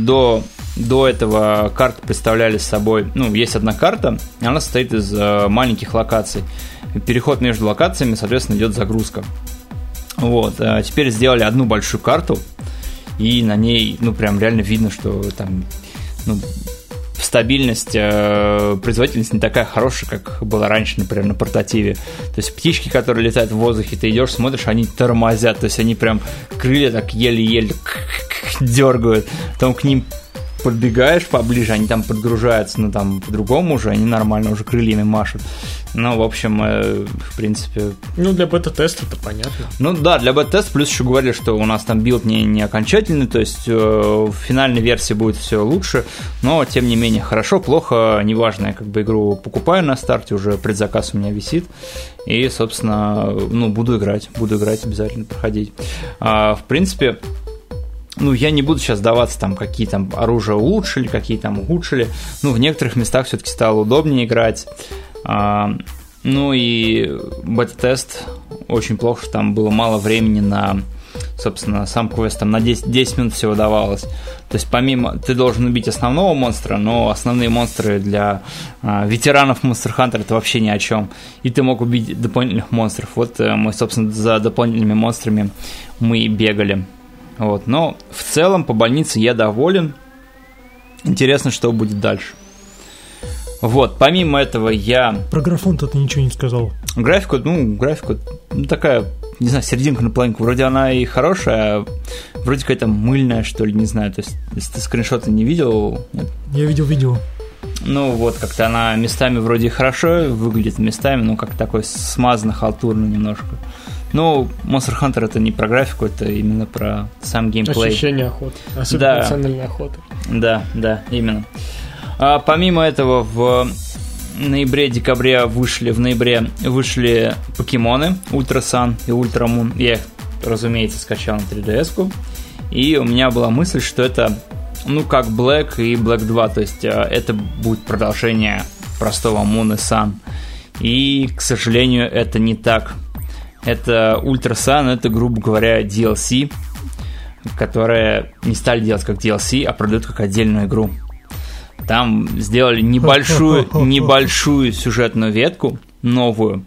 До этого карты представляли собой... есть одна карта, она состоит из маленьких локаций. Переход между локациями, соответственно, идет загрузка. Вот. Теперь сделали одну большую карту, и на ней, прям реально видно, что там... стабильность, производительность не такая хорошая, как была раньше, например, на портативе. То есть птички, которые летают в воздухе, ты идешь, смотришь, они тормозят, то есть они прям крылья так еле-еле дергают. Потом к ним подбегаешь поближе, они там подгружаются, там по-другому уже, они нормально уже крыльями машут. В общем, в принципе... для бета-теста это понятно. Да, для бета-теста, плюс еще говорили, что у нас там билд не окончательный, то есть в финальной версии будет все лучше, но, тем не менее, хорошо, плохо, неважно, я игру покупаю на старте, уже предзаказ у меня висит, и, собственно, буду играть обязательно, проходить. В принципе... я не буду сейчас даваться, какие там оружия улучшили, какие там ухудшили. В некоторых местах все-таки стало удобнее играть. И бета-тест очень плохо, что там было мало времени на Собственно, сам квест там на 10 минут всего давалось. То есть помимо... Ты должен убить основного монстра, но основные монстры для ветеранов Monster Hunter это вообще ни о чем. И ты мог убить дополнительных монстров. Вот мы, собственно, за дополнительными монстрами мы и бегали. Вот. Но в целом по больнице я доволен. Интересно, что будет дальше. Вот, помимо этого я... Про графон-то ты ничего не сказал. Графику такая, не знаю, серединка на половинку. Вроде она и хорошая, а вроде какая-то мыльная, что ли, не знаю. То есть, если ты скриншоты не видел... Нет? Я видел видео. Ну, вот, как-то она местами вроде хорошо выглядит, местами, ну, как такой смазанно, халтурно немножко. Ну, Monster Hunter это не про графику, это именно про сам геймплей. Ощущение охоты, особенно национальной охоты. Да, именно. А помимо этого, в ноябре-декабре вышли покемоны Ультра Сан и Ультра Мун. Я их, разумеется, скачал на 3DS-ку. И у меня была мысль, что это, ну, как Black и Black 2. То есть это будет продолжение простого Moon и Sun. И, к сожалению, это не так. Это Ультра Сан, это, грубо говоря, DLC, которые не стали делать как DLC, а продают как отдельную игру. Там сделали небольшую сюжетную ветку, новую,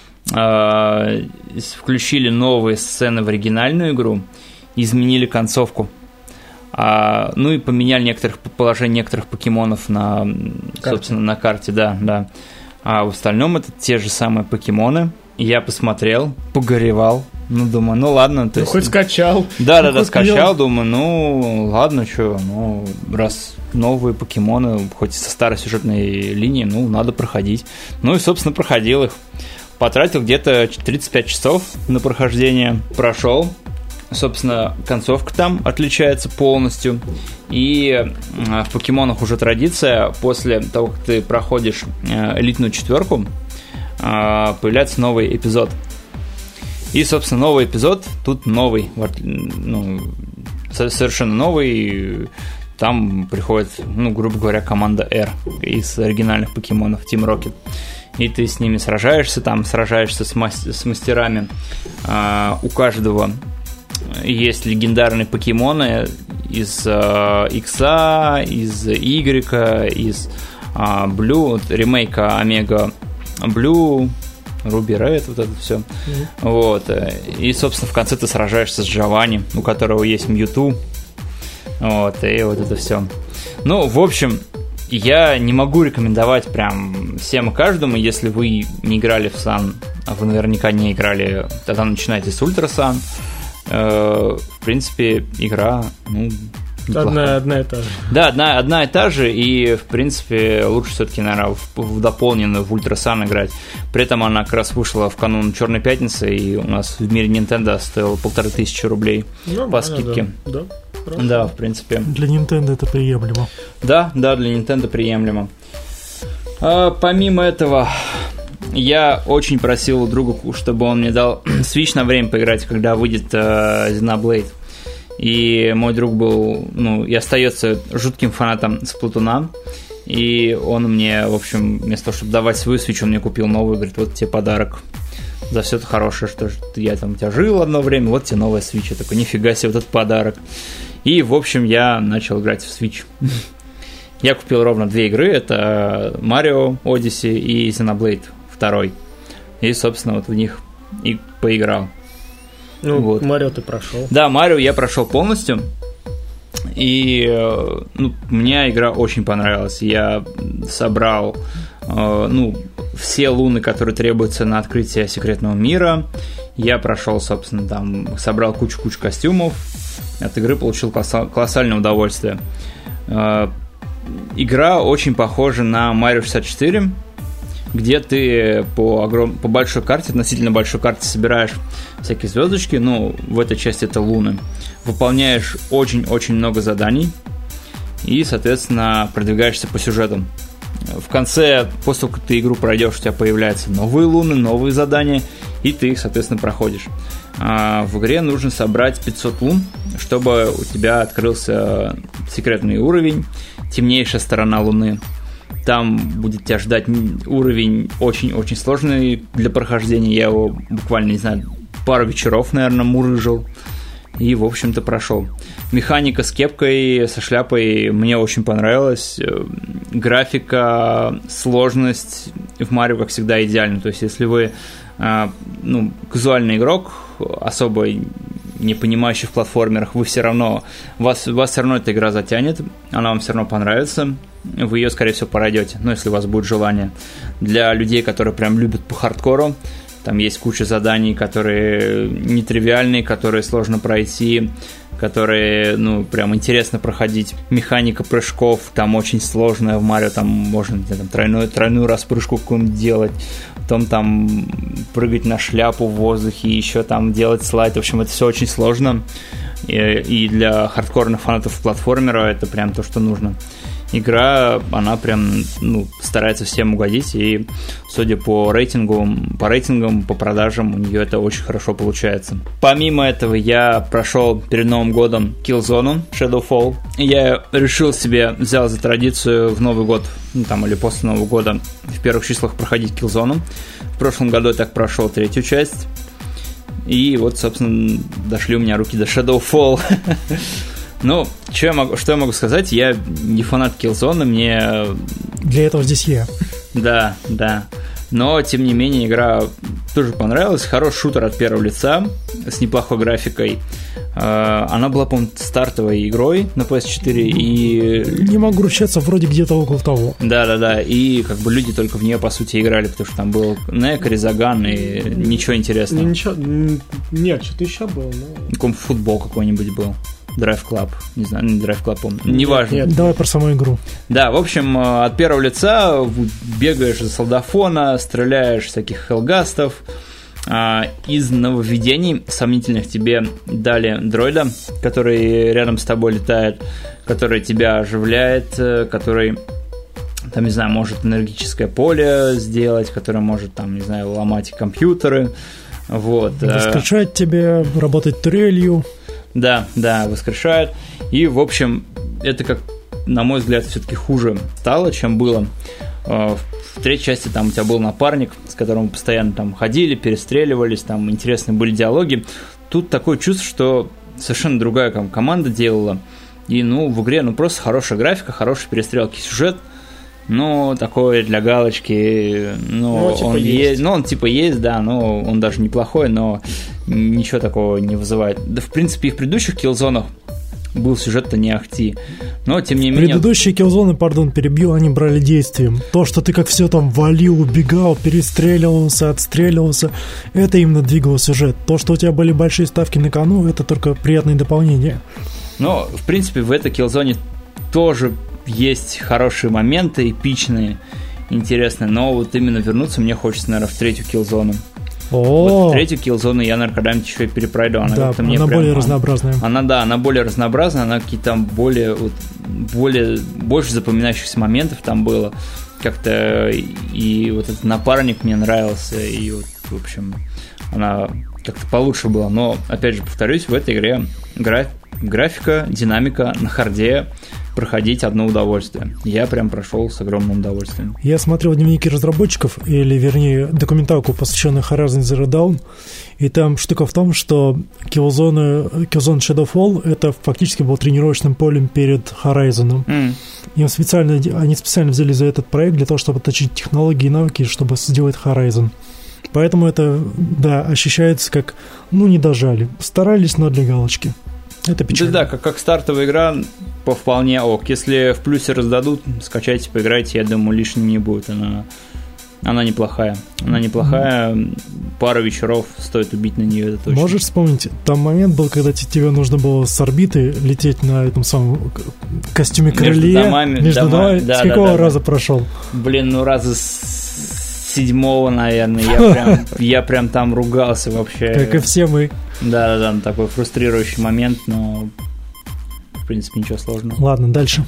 включили новые сцены в оригинальную игру, изменили концовку, ну и поменяли положение некоторых покемонов собственно, на карте, да. А в остальном это те же самые покемоны. Я посмотрел, погоревал. Ну, думаю, ну ладно. То есть, хоть скачал. Да, скачал, думаю, ну ладно, что, ну, раз новые покемоны, хоть со старой сюжетной линии, ну, надо проходить. Ну и, собственно, проходил их. Потратил где-то 35 часов на прохождение. Прошел. Собственно, концовка там отличается полностью. И в покемонах уже традиция, после того, как ты проходишь элитную 4, появляется новый эпизод. И, собственно, новый эпизод тут новый, ну, совершенно новый. Там приходит, ну, грубо говоря, команда R из оригинальных покемонов Team Rocket. И ты с ними сражаешься с мастерами. У каждого есть легендарные покемоны из Икса, из Y, из Blue, ремейка Омега Blue, Руби Ред, вот это все. Вот. И, собственно, в конце ты сражаешься с Джованни, у которого есть Мьюту. Вот, и вот это все. Ну, в общем, я не могу рекомендовать прям всем и каждому, если вы не играли в Сан, а вы наверняка не играли, тогда начинайте с Ультра Сан. В принципе, игра, ну, одна и та же. Да, одна и та же, и, в принципе, лучше все-таки, наверное, в дополненную, в Ультра Сан играть. При этом она как раз вышла в канун Черной Пятницы, и у нас в мире Nintendo стоила 1500 рублей по скидке. Да, в принципе. Для Nintendo это приемлемо. Да, для Nintendo приемлемо. Помимо этого, я очень просил у друга, чтобы он мне дал Switch на время поиграть, когда выйдет Xenoblade. И мой друг был, ну, и остается жутким фанатом Сплатуна. И он мне, в общем, вместо того, чтобы давать свою Switch, он мне купил новую. Говорит, вот тебе подарок за все это хорошее, что я там у тебя жил одно время, вот тебе новая Switch. Я такой, нифига себе, вот этот подарок. И, в общем, я начал играть в Switch. Я купил ровно 2 игры. Это Mario Odyssey и Xenoblade 2. И, собственно, вот в них и поиграл. Ну, вот. Марио ты прошел. Да, Марио я прошел полностью. И, ну, мне игра очень понравилась. Я собрал, ну, все луны, которые требуются на открытие секретного мира. Я прошел, собственно, там, собрал кучу костюмов. От игры получил колоссальное удовольствие. Игра очень похожа на Mario 64, где ты по большой карте, относительно большой карте, собираешь всякие звездочки, ну, в этой части это луны, выполняешь очень-очень много заданий и, соответственно, продвигаешься по сюжету. В конце, после того, как ты игру пройдешь, у тебя появляются новые луны, новые задания, и ты их, соответственно, проходишь. В игре нужно собрать 500 лун, чтобы у тебя открылся секретный уровень, темнейшая сторона Луны. Там будет тебя ждать уровень очень-очень сложный для прохождения. Я его буквально, не знаю, пару вечеров, наверное, мурыжил. и, в общем-то, прошел. Механика с кепкой, со шляпой мне очень понравилась. Графика, сложность в Марио, как всегда, идеальна. То есть, если вы казуальный игрок, особо не понимающий в платформерах, вас все равно эта игра затянет, она вам все равно понравится, вы ее, скорее всего, пройдете, если у вас будет желание. Для людей, которые прям любят по хардкору, там есть куча заданий, которые нетривиальные, которые сложно пройти, которые, прям интересно проходить. Механика прыжков там очень сложная в Марио, там можно тройную распрыжку какую-нибудь делать, потом там прыгать на шляпу в воздухе, еще там делать слайд. В общем, это все очень сложно, и для хардкорных фанатов платформера это прям то, что нужно. Игра, она прям, старается всем угодить, и, судя по рейтингам, по продажам, у нее это очень хорошо получается. Помимо этого, я прошел перед Новым годом Killzone Shadowfall. Я решил себе, взял за традицию в Новый год, или после Нового года, в первых числах проходить Killzone. В прошлом году я так прошел 3-ю часть, и вот, собственно, дошли у меня руки до Shadowfall. Что я могу сказать? Я не фанат Killzone, мне... Для этого здесь я. Да. Но, тем не менее, игра тоже понравилась. Хороший шутер от первого лица, с неплохой графикой. Она была, по-моему, стартовой игрой на PS4, и... Не могу ручаться, вроде где-то около того. Да, и люди только в нее, по сути, играли, потому что там был Нек, Резаган, и ничего интересного. Нет, что-то еще было. Футбол какой-нибудь был. Drive Club, не знаю, не Drive Club, помню. Неважно. Нет. Давай про саму игру. Да, в общем, от первого лица бегаешь за солдафона, стреляешь всяких хелгастов. Из нововведений сомнительных тебе дали дроида, который рядом с тобой летает, который тебя оживляет, который, может энергическое поле сделать, который может, ломать компьютеры. Воскрешать тебя, работать турелью. Да, воскрешает. И, в общем, это, как на мой взгляд, все-таки хуже стало, чем было. В третьей части там у тебя был напарник, с которым мы постоянно там ходили, перестреливались, там интересные были диалоги. Тут такое чувство, что совершенно другая команда делала. И, в игре, просто хорошая графика, хорошие перестрелки, сюжет. Такое для галочки, он есть. Он есть, да, он даже неплохой, но ничего такого не вызывает. Да, в принципе, и в предыдущих Killzone'ах был сюжет-то не ахти. Но, тем не менее... Предыдущие Killzone, перебью, они брали действием. То, что ты как все там валил, убегал, перестреливался, отстреливался, это именно двигало сюжет. То, что у тебя были большие ставки на кону, это только приятные дополнения. В принципе, в этой Killzone тоже есть хорошие моменты, эпичные, интересные, но именно вернуться мне хочется, наверное, в третью Killzone. В третью Killzone я, наверное, когда-нибудь еще и перепройду. Она более разнообразная. Она более разнообразная, она какие-то там больше запоминающихся моментов там было. Как-то и этот напарник мне нравился, и в общем, она как-то получше была. Но, опять же, повторюсь, в этой игре графика, динамика на харде, проходить одно удовольствие. Я прям прошел с огромным удовольствием. Я смотрел дневники разработчиков, или, вернее, документалку, посвященную Horizon Zero Dawn, и там штука в том, что Killzone Shadowfall это фактически был тренировочным полем перед Horizon. Они специально взяли за этот проект для того, чтобы отточить технологии и навыки, чтобы сделать Horizon. Поэтому это, ощущается как, не дожали. Старались, но для галочки. Это печально. Да, как стартовая игра по вполне ок. Если в плюсе раздадут, скачайте, поиграйте, я думаю, лишним не будет. Она неплохая. Пару вечеров стоит убить на нее, это точно. Можешь вспомнить, там момент был, когда тебе нужно было с орбиты лететь на этом самом костюме крылья. Между домами. С какого раза прошел? Раза с 7-го, наверное. Я прям там ругался вообще. Как и все мы. Да, такой фрустрирующий момент, но в принципе ничего сложного. Ладно, дальше.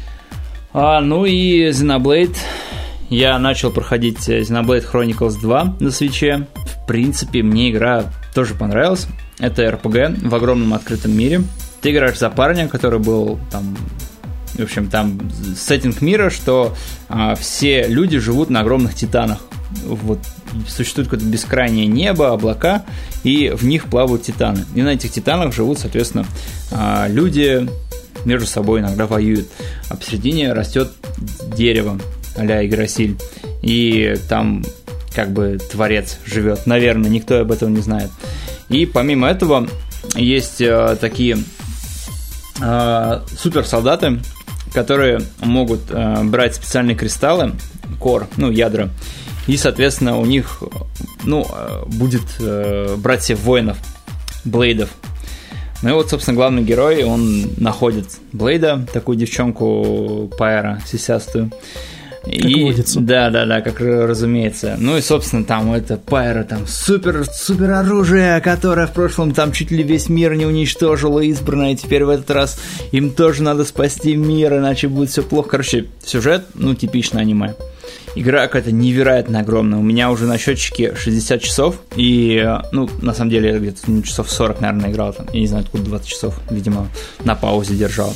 И Xenoblade. Я начал проходить Xenoblade Chronicles 2 на Switch'е. В принципе, мне игра тоже понравилась. Это RPG в огромном открытом мире. Ты играешь за парня, который был там... В общем, там сеттинг мира, что все люди живут на огромных титанах. вот существует какое-то бескрайнее небо, облака, и в них плавают титаны. И на этих титанах живут, соответственно, люди между собой иногда воюют. А посередине растет дерево а-ля Игдрасиль. И там как бы творец живет. Наверное, никто об этом не знает. И помимо этого есть такие суперсолдаты, которые могут брать специальные кристаллы, кор, ядра, и, соответственно, у них будет братьев воинов, Блейдов. Ну и вот, собственно, главный герой, он находит Блейда, такую девчонку Пайра, сисястую. Как водится. Да, как разумеется. Ну и, собственно, там это Пайра, там супер оружие, которое в прошлом там чуть ли весь мир не уничтожило избранное, и теперь в этот раз им тоже надо спасти мир, иначе будет все плохо. Короче, сюжет, типично аниме. Игра какая-то невероятно огромная. У меня уже на счетчике 60 часов. И, на самом деле, я где-то часов 40, наверное, играл. Там. Я не знаю, откуда 20 часов. Видимо, на паузе держал.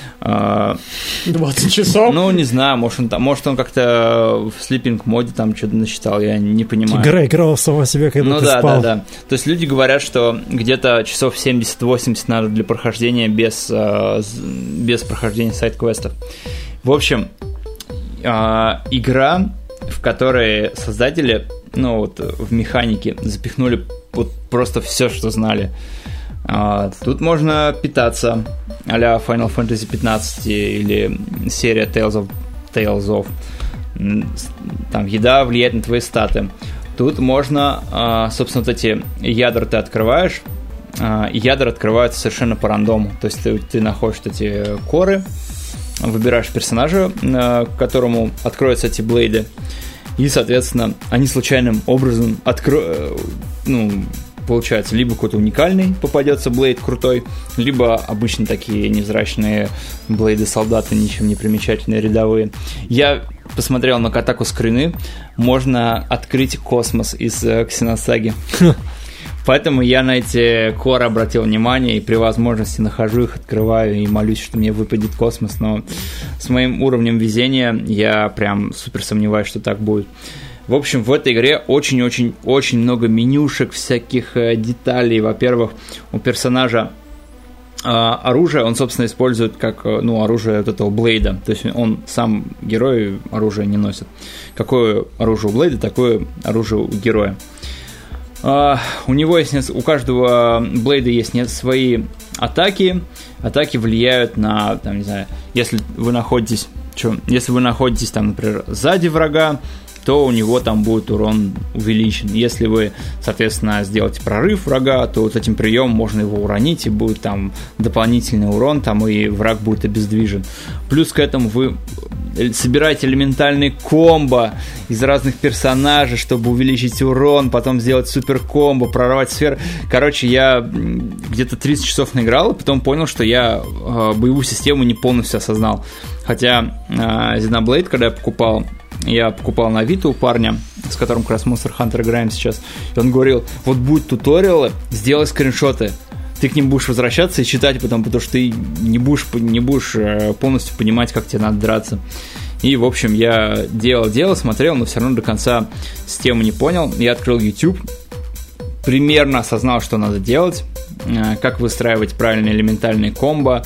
20 часов? Не знаю, может он как-то в слипинг-моде там что-то насчитал, я не понимаю. Игра играла сама себя, когда ты спал. Да. То есть люди говорят, что где-то часов 70-80 надо для прохождения без прохождения сайд-квестов. В общем, игра, в которой создатели, в механике запихнули вот просто все, что знали. Тут можно питаться а-ля Final Fantasy 15 или серия Tales of. Там еда влияет на твои статы. Тут можно, собственно, вот эти ядра ты открываешь, и ядра открываются совершенно по рандому. То есть ты находишь эти коры, выбираешь персонажа, которому откроются эти блейды, и, соответственно, они случайным образом получается, либо какой-то уникальный попадется блейд крутой, либо обычно такие невзрачные блейды-солдаты, ничем не примечательные, рядовые. Я посмотрел на Kotaku скрины, можно открыть космос из Ксеносаги. Поэтому я на эти коры обратил внимание и при возможности нахожу их, открываю и молюсь, что мне выпадет космос. Но с моим уровнем везения я прям супер сомневаюсь, что так будет. В общем, в этой игре очень-очень-очень много менюшек, всяких деталей. Во-первых, у персонажа оружие, он, собственно, использует как оружие вот этого Блейда. То есть он сам герой оружие не носит. Какое оружие у Блейда, такое оружие у героя. У него есть, у каждого Блейда есть свои атаки. Атаки влияют на, там, не знаю, если вы находитесь, там, например, сзади врага, то у него там будет урон увеличен. Если вы, соответственно, сделаете прорыв врага, то вот этим приемом можно его уронить, и будет там дополнительный урон, там, и враг будет обездвижен. Плюс к этому вы собираете элементальный комбо из разных персонажей, чтобы увеличить урон, потом сделать супер комбо, прорвать сферы. Короче, я где-то 30 часов наиграл, и потом понял, что я боевую систему не полностью осознал. Хотя Xenoblade, когда я покупал на Авито у парня, с которым как раз Monster Hunter играем сейчас, и он говорил, вот будут туториалы, сделай скриншоты, ты к ним будешь возвращаться и читать потом, потому что ты не будешь полностью понимать, как тебе надо драться. И, в общем, я делал, смотрел, но все равно до конца систему не понял. Я открыл YouTube, примерно осознал, что надо делать, как выстраивать правильные элементальные комбо.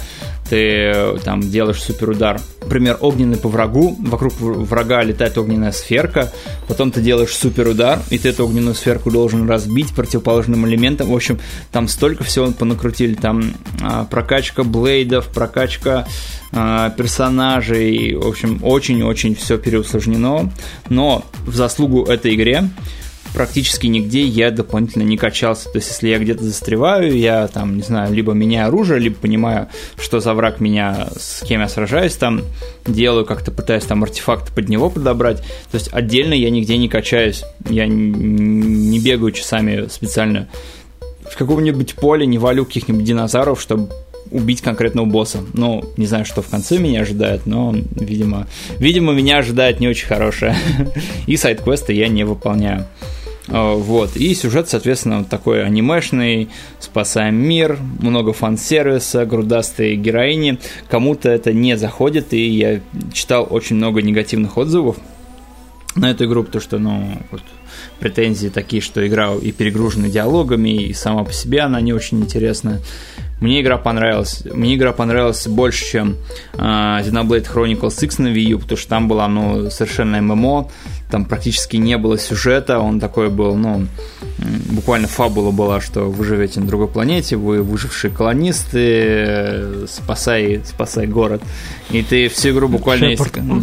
Ты там делаешь суперудар, например, огненный по врагу, вокруг врага летает огненная сферка, потом ты делаешь суперудар, и ты эту огненную сферку должен разбить противоположным элементом. В общем, там столько всего понакрутили, там прокачка блейдов, прокачка персонажей, в общем, очень-очень все переусложнено, но в заслугу этой игре практически нигде я дополнительно не качался. То есть, если я где-то застреваю, я там, не знаю, либо меняю оружие, либо понимаю, что за враг меня, с кем я сражаюсь, там делаю, как-то пытаюсь там артефакты под него подобрать. То есть, отдельно я нигде не качаюсь. Я не бегаю часами специально в каком-нибудь поле, не валю каких-нибудь динозавров, чтобы убить конкретного босса. Ну, не знаю, что в конце меня ожидает, но, видимо, меня ожидает не очень хорошее. И сайд-квесты я не выполняю. Вот. И сюжет, соответственно, вот такой анимешный, спасаем мир, много фан-сервиса, грудастые героини. Кому-то это не заходит, и я читал очень много негативных отзывов. на эту игру, потому что, вот, претензии такие, что игра и перегружена диалогами, и сама по себе она не очень интересная. Мне игра понравилась. Мне игра понравилась больше, чем Xenoblade Chronicles X на Wii U, потому что там была, совершенно ММО, там практически не было сюжета, он такой был, буквально фабула была, что вы живете на другой планете, вы выжившие колонисты, спасай город. И ты всю игру буквально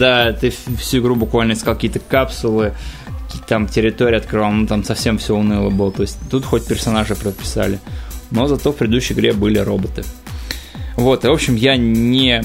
искал какие-то капсулы, там территории открывал, там совсем все уныло было. То есть тут хоть персонажи прописали, но зато в предыдущей игре были роботы. Вот, и в общем, я не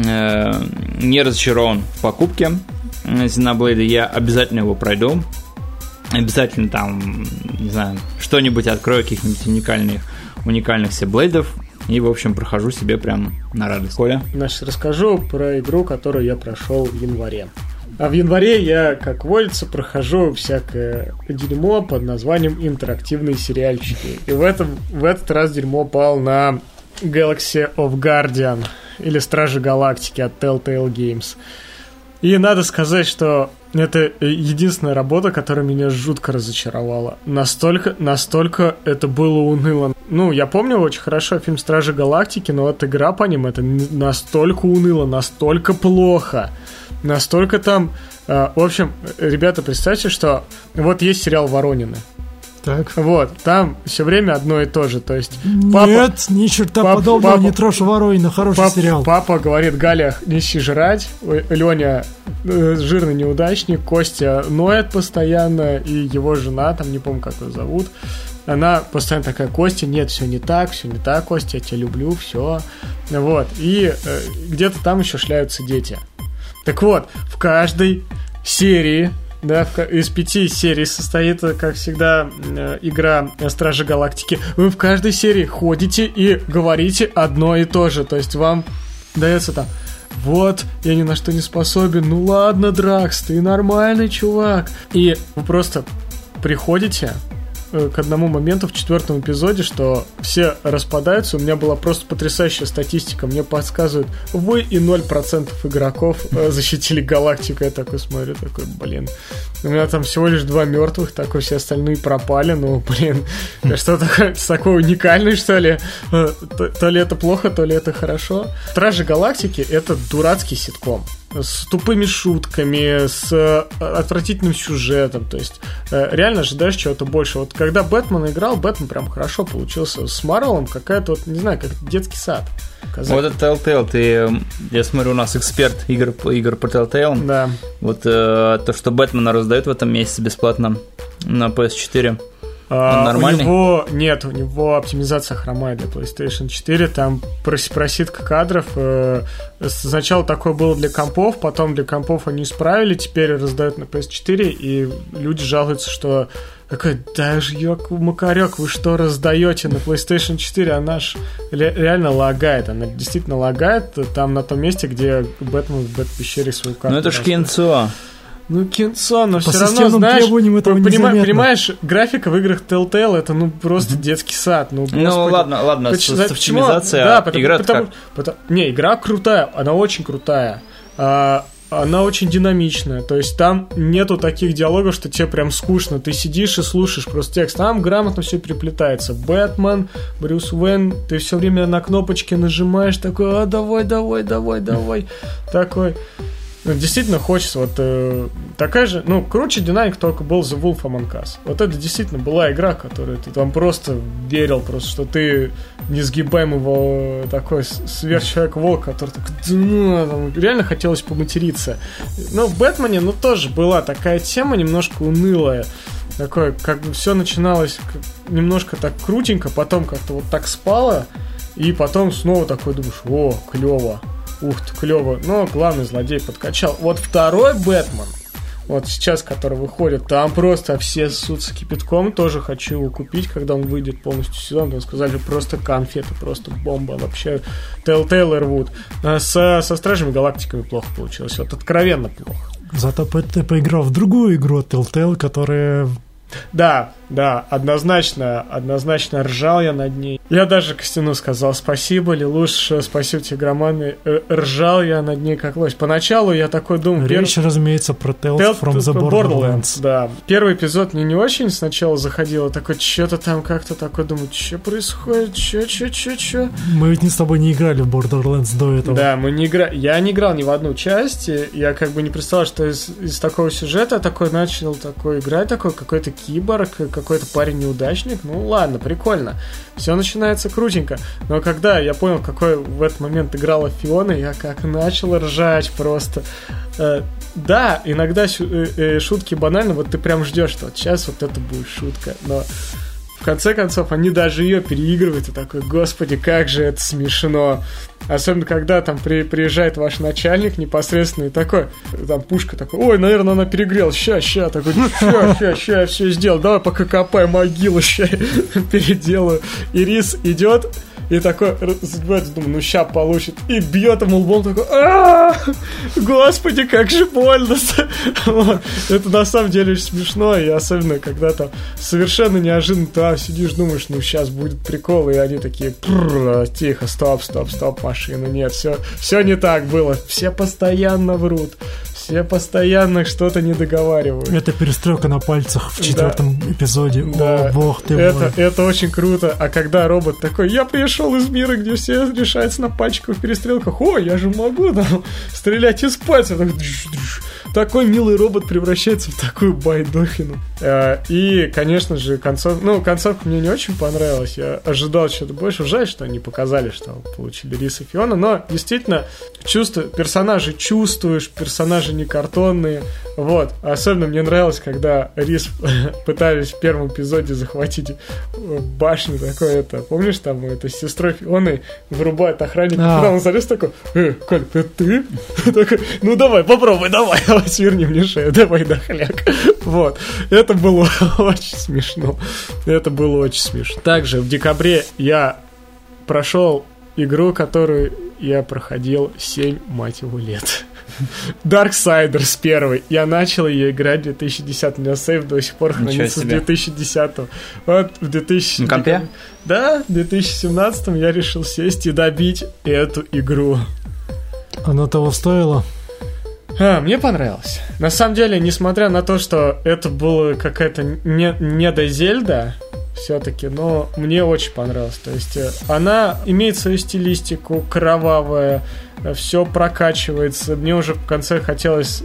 разочарован в покупке Xenoblade, я обязательно его пройду. Обязательно там, не знаю, что-нибудь открою, каких-нибудь уникальных Себлейдов. И, в общем, прохожу себе прям на радость. Коля? Значит, расскажу про игру, которую я прошел в январе. А в январе я, как водится, прохожу всякое дерьмо под названием интерактивные сериальчики. И в этот раз дерьмо пал на Galaxy of Guardian или Стражи Галактики от Telltale Games. И надо сказать, что это единственная работа, которая меня жутко разочаровала. Настолько это было уныло. Я помню очень хорошо фильм «Стражи Галактики», но вот игра по ним, это настолько уныло, настолько плохо, настолько там... В общем, ребята, представьте, что вот есть сериал «Воронины». Так. Вот, там все время одно и то же. То есть нет, ни черта подобного, не трожь Воронина, хороший сериал. Папа говорит: Галя, неси жрать. Леня жирный неудачник, Костя ноет постоянно, и его жена, там не помню, как ее зовут, она постоянно такая: Костя, нет, все не так, Костя, я тебя люблю, все. Вот, и где-то там еще шляются дети. Так вот, в каждой серии, да, из 5 серий состоит, как всегда, игра Стражи Галактики. Вы в каждой серии ходите и говорите одно и то же. То есть вам дается там: вот, я ни на что не способен. Ну ладно, Дракс, ты нормальный чувак. И вы просто приходите к одному моменту в 4-м эпизоде, что все распадаются. У меня была просто потрясающая статистика. Мне подсказывают: вы и 0% игроков защитили галактику. Я такой смотрю, блин, у меня там всего лишь 2 мертвых, такой, все остальные пропали. Что такое уникальное, что ли? То ли это плохо, то ли это хорошо. Стражи Галактики — это дурацкий ситком с тупыми шутками, с отвратительным сюжетом. То есть реально ожидаешь чего-то больше. Вот когда Бэтмен играл, Бэтмен прям хорошо получился. С Марвелом какая-то, вот, не знаю, как детский сад. Вот это Telltale, я смотрю, у нас эксперт игр по Telltale. Да. Вот то, что Бэтмена раздают в этом месяце бесплатно на PS4. Он нормальный? У него оптимизация хромает для PlayStation 4, там просидка кадров. Сначала такое было для компов, потом для компов они исправили, теперь раздают на PS4, и люди жалуются, что такой: даже макарек, вы что раздаете на PlayStation 4? Она ж реально лагает, она действительно лагает там на том месте, где Бэтмен в Бэт-пещере свою карту. Ну это ж кинцо. Кинцо, но все равно, знаешь, понимаешь, графика в играх Telltale — это просто детский сад. Ладно, с оптимизацией, игра игра крутая, она очень крутая. Она очень динамичная, то есть там нету таких диалогов, что тебе прям скучно. Ты сидишь и слушаешь просто текст, там грамотно все переплетается. Бэтмен, Брюс Уэйн, ты все время на кнопочки нажимаешь, такой: давай. Такой... Действительно хочется, вот такая же, круче динамик только был The Wolf Among Us. Вот это действительно была игра, которую ты там просто верил, просто что ты несгибаемый такой сверхчеловек-волк, который так, реально хотелось поматериться. Но в Бэтмене, тоже была такая тема немножко унылая. Такое, как бы все начиналось немножко так крутенько, потом как-то вот так спало, и потом снова такой думаешь: о, клево. Ух ты, клево. Но главный злодей подкачал. Вот второй Бэтмен, вот сейчас, который выходит, там просто все ссутся кипятком. Тоже хочу его купить, когда он выйдет полностью сезон. Там сказали, просто конфеты, просто бомба. Вообще Telltale рвут. Со Стражами Галактиками плохо получилось. Вот откровенно плохо. Зато ты поиграл в другую игру Telltale, которая... Да, Да, однозначно ржал я над ней. Я даже Костяну сказал спасибо, Лилуш, спасибо тебе, громадный. Ржал я над ней как лось. Поначалу я такой думал... Речь, разумеется, про Tales from the Borderlands. Да. Первый эпизод мне не очень сначала заходило. Такой, что-то там как-то такой, думаю, что происходит, что? Мы ведь с тобой не играли в Borderlands до этого. Да, мы не играли. Я не играл ни в одну часть. Я как бы не представлял, что из такого сюжета такой начал такой играть, такой какой-то киборг, какой-то парень-неудачник. Ну ладно, прикольно. Все начинается крутенько. Но когда я понял, какой в этот момент играла Фиона, я как начал ржать просто. Да, иногда шутки банальны. Вот ты прям ждешь, что вот сейчас вот это будет шутка. Но в конце концов они даже ее переигрывают. И такой, господи, как же это смешно. Особенно, когда там приезжает ваш начальник непосредственно и такой, там пушка такой, ой, наверное, она перегрелась, ща, такой, ща, все сделал, давай пока копай могилу, ща переделаю. И Рис идет и такой, задевается, думаю, ну ща получит, и бьет ему лбом, такой, господи, как же больно-то. Вот. Это на самом деле очень смешно, и особенно, когда там совершенно неожиданно ты сидишь, думаешь, ну сейчас будет прикол, и они такие, тихо, стоп, машину, нет, все не так было, все постоянно врут, все постоянно что-то не договаривают. Это перестрелка на пальцах в 4-м эпизоде. Да. О, бог ты мой. Это очень круто. А когда робот такой, я пришел из мира, где все решается на пальчиковых перестрелках, о, я же могу там стрелять из пальцев. Такой милый робот превращается в такую байдохину. И, конечно же, концовка мне не очень понравилась. Я ожидал что-то больше. Жаль, что они показали, что получили Рис и Фиона. Но, действительно, персонажи чувствуешь, персонажи не картонные. Вот. Особенно мне нравилось, когда Рис пытались в первом эпизоде захватить башню. Помнишь, там это с сестрой Фионой вырубает охранника. Когда он залез такой, Коль, это ты? Такой, ну давай, попробуй, давай, сверни мне шею, давай, дохляк. Вот. Это было очень смешно. Также в декабре я прошел игру, которую я проходил 7, мать его, лет. Darksiders 1. Я начал ее играть в 2010. У меня сейв до сих пор хранится с 2010. Вот в 2000... На компе? Да, в 2017 я решил сесть и добить эту игру. Оно того стоило? Мне понравилось. На самом деле, несмотря на то, что это было какая-то не до Зельда, все-таки, но мне очень понравилось. То есть она имеет свою стилистику, кровавая, все прокачивается. Мне уже в конце хотелось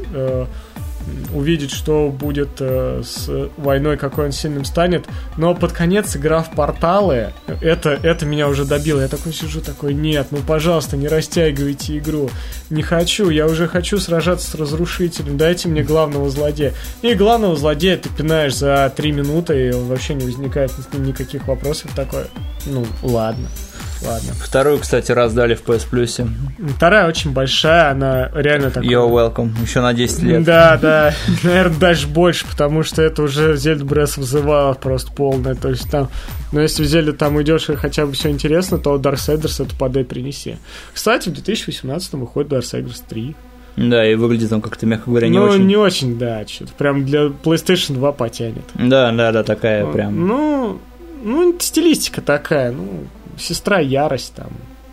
увидеть, что будет с войной, какой он сильным станет. Но под конец, игра в порталы, это меня уже добило. Я такой сижу, такой, нет, ну пожалуйста, не растягивайте игру. Не хочу, я уже хочу сражаться с разрушителем. Дайте мне главного злодея. И главного злодея ты пинаешь за 3 минуты, и вообще не возникает никаких вопросов. Такой, ну ладно. Вторую, кстати, раздали в PS Plus. Вторая очень большая, она реально такая... You're welcome, еще на 10 лет. Да, наверное, даже больше, потому что это уже Zelda Breath of the Wild просто полная. То есть там, но если в Zelda там идешь и хотя бы все интересно, то Darksiders это подай принеси. Кстати, в 2018 выходит Darksiders 3. Да, и выглядит он как-то, мягко говоря, не очень. Ну, не очень, да, что-то прям для PlayStation 2 потянет. Да, такая прям. Ну, стилистика такая, сестра Ярость там,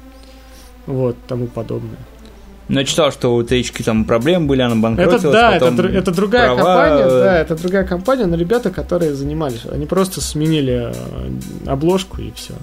вот, тому подобное. Но я читал, что у THQ там проблемы были, она банкротилась. Это другая компания, это другая компания, но ребята, которые занимались, они просто сменили обложку и все.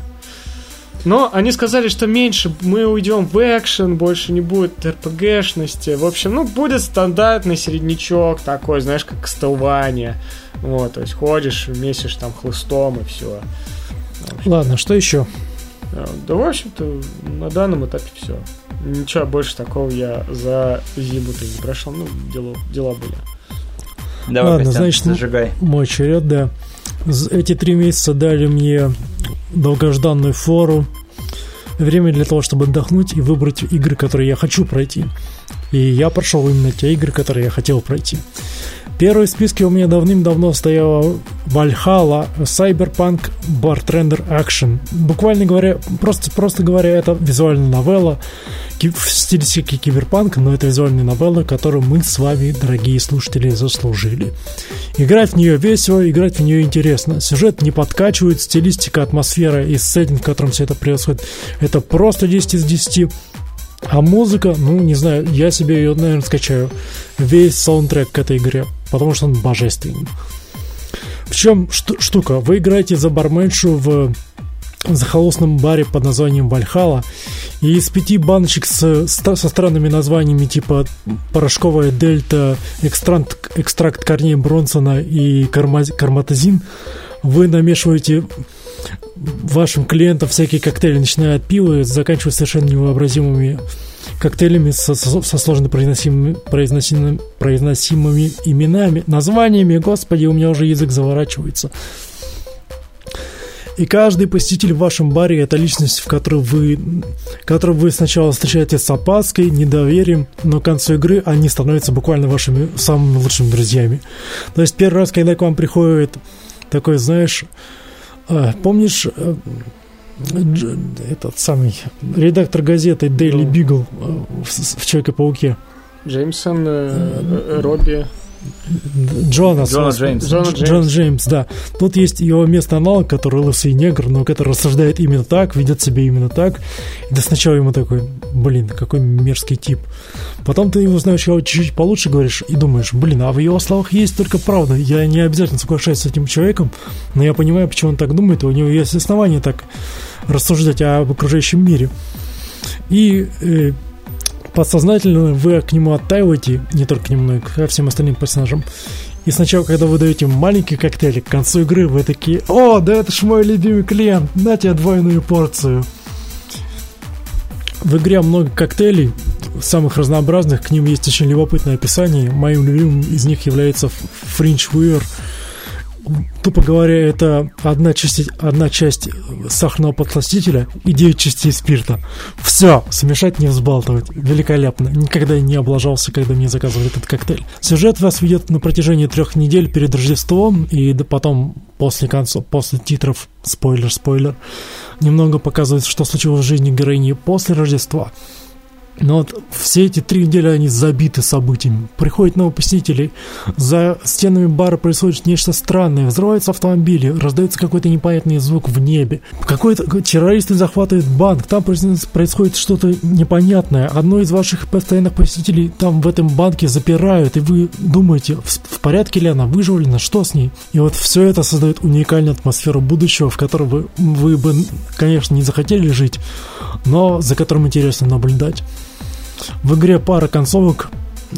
Но они сказали, что меньше мы уйдем в экшен, больше не будет РПГшности. В общем, будет стандартный середнячок такой, знаешь, как Castlevania. Вот, то есть ходишь, месишь там хлыстом и все. Ладно, что еще? Да, в общем-то, на данном этапе все. Ничего больше такого я за зиму-то не прошел. Дела были. Давай, ладно, Костян, значит, зажигай. Мой черед, да. Эти 3 месяца дали мне долгожданную фору. Время для того, чтобы отдохнуть и выбрать игры, которые я хочу пройти. И я прошел именно те игры, которые я хотел пройти. Первой в списке у меня давным-давно стояла Valhalla Cyberpunk Bartender Action. Буквально говоря, просто говоря, это визуальная новелла в стилистике киберпанк, но это визуальная новелла, которую мы с вами, дорогие слушатели, заслужили. Играть в нее весело, играть в нее интересно. Сюжет не подкачивает, стилистика, атмосфера и сеттинг, в котором все это происходит, это просто 10 из 10. А музыка, не знаю, я себе ее, наверное, скачаю. Весь саундтрек к этой игре, потому что он божественный. В чем штука? Вы играете за барменшу в захолустном баре под названием Valhalla, и из 5 баночек со странными названиями типа порошковая дельта, экстракт корней Бронсона и карматазин вы намешиваете вашим клиентам всякие коктейли, начиная от пива, заканчивая совершенно невообразимыми коктейлями со сложно произносимыми именами, названиями. Господи, у меня уже язык заворачивается. И каждый посетитель в вашем баре — это личность, которую вы сначала встречаете с опаской, недоверием, но к концу игры они становятся буквально вашими самыми лучшими друзьями. То есть первый раз, когда к вам приходит такой, знаешь, помнишь этот самый редактор газеты Daily Beagle в Человеке-пауке? Джеймсон, Робби... Джон Джеймс, да. Тут есть его местный аналог, который лысый негр, но который рассуждает именно так, ведет себя именно так. И ты сначала ему такой, какой мерзкий тип. Потом ты его знаешь его чуть-чуть получше, говоришь, и думаешь, а в его словах есть только правда. Я не обязательно соглашаюсь с этим человеком, но я понимаю, почему он так думает, и у него есть основания так рассуждать об окружающем мире. И подсознательно вы к нему оттаиваете, не только к нему, но и ко всем остальным персонажам. И сначала, когда вы даете маленький коктейль, к концу игры вы такие: о, да это ж мой любимый клиент, на тебе двойную порцию. В игре много коктейлей, самых разнообразных, к ним есть очень любопытное описание. Моим любимым из них является French Weir. Тупо говоря, это одна часть сахарного подсластителя и 9 частей спирта. Все, смешать, не взбалтывать. Великолепно. Никогда не облажался, когда мне заказывали этот коктейль. Сюжет вас ведет на протяжении 3 недель перед Рождеством, и потом после титров, спойлер, немного показывает, что случилось в жизни героини после Рождества. Но вот все эти 3 недели они забиты событиями. Приходят новые посетители, за стенами бара происходит нечто странное, взрываются автомобили, раздается какой-то непонятный звук в небе. Какой-то террористы захватывают банк, там происходит что-то непонятное. Одно из ваших постоянных посетителей там в этом банке запирают, и вы думаете, в порядке ли она, выжила ли она, что с ней? И вот все это создает уникальную атмосферу будущего, в котором вы бы, конечно, не захотели жить, но за которым интересно наблюдать. В игре пара концовок,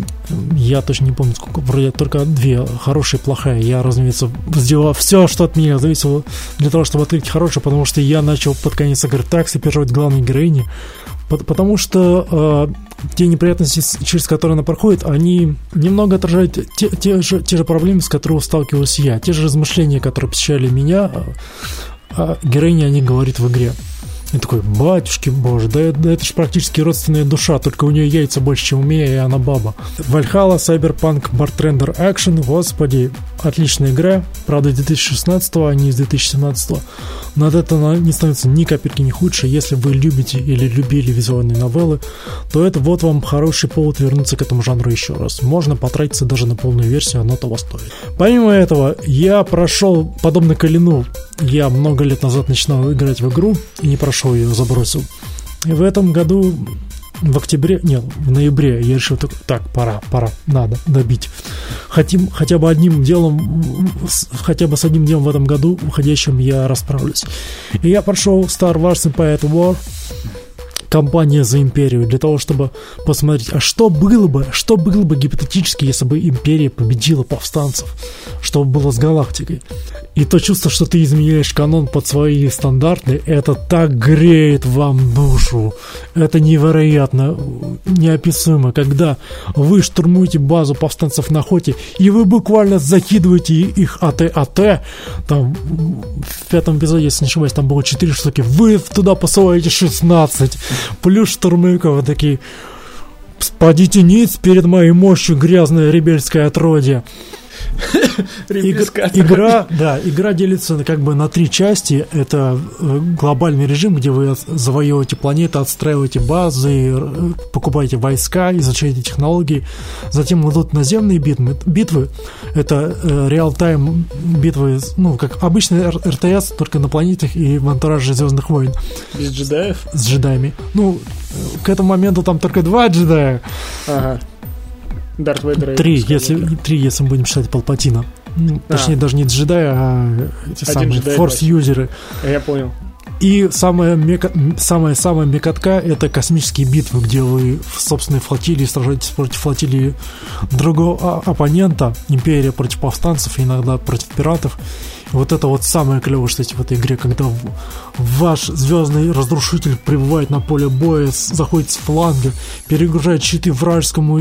я точно не помню сколько, вроде только 2, хорошая и плохая. Я, разумеется, сделал все, что от меня зависело для того, чтобы открыть хорошую, потому что я начал под конец игры так сопереживать главной героине, потому что те неприятности, через которые она проходит, они немного отражают те же проблемы, с которыми сталкивался я, те же размышления, которые посещали меня, героиня о них говорит в игре. И такой: батюшки боже, да это же практически родственная душа, только у нее яйца больше, чем у меня, и она баба. Valhalla Cyberpunk Bartender Action, господи, отличная игра, правда, из 2016-го, а не из 2017-го. Но от этого она не становится ни капельки не худше. Если вы любите или любили визуальные новеллы, то это вот вам хороший повод вернуться к этому жанру еще раз. Можно потратиться даже на полную версию, оно того стоит. Помимо этого, я прошел, подобно Колину, я много лет назад начинал играть в игру и не прошел ее, забросил. И в этом году, в ноябре я решил, так, пора, надо добить. Хотя бы с одним делом в этом году, уходящим, я расправлюсь. И я прошел Star Wars Empire at War, кампания за империю, для того, чтобы посмотреть, а что было бы гипотетически, если бы империя победила повстанцев, что было с галактикой. И то чувство, что ты изменяешь канон под свои стандарты, это так греет вам душу. Это невероятно, неописуемо, когда вы штурмуете базу повстанцев на охоте, и вы буквально закидываете их АТ. Там в 5-м эпизоде, если не ошибаюсь, там было 4 штуки. Вы туда посылаете 16. Плюс штурмовиков такие: спадите ниц перед моей мощью, грязное ребельское отродье. Игра делится как бы на 3 части. Это глобальный режим, где вы завоевываете планеты, отстраиваете базы, покупаете войска, изучаете технологии. Затем идут наземные битвы. Это реал-тайм битвы, ну, как обычный РТС, только на планетах и в антураже Звездных войн. Без джедаев? С джедаями. Ну, к этому моменту там только 2 джедая. Ага. Дарт Вейдера. 3, если мы будем считать Палпатина. Точнее, даже не джедая, а эти самые форс-юзеры. Я понял. И самая мекотка — это космические битвы, где вы в собственной флотилии сражаетесь против флотилии другого оппонента, империя против повстанцев, иногда против пиратов. И вот это вот самое клевое, кстати, в этой игре, когда ваш звездный разрушитель прибывает на поле боя, заходит с фланга, перегружает щиты вражескому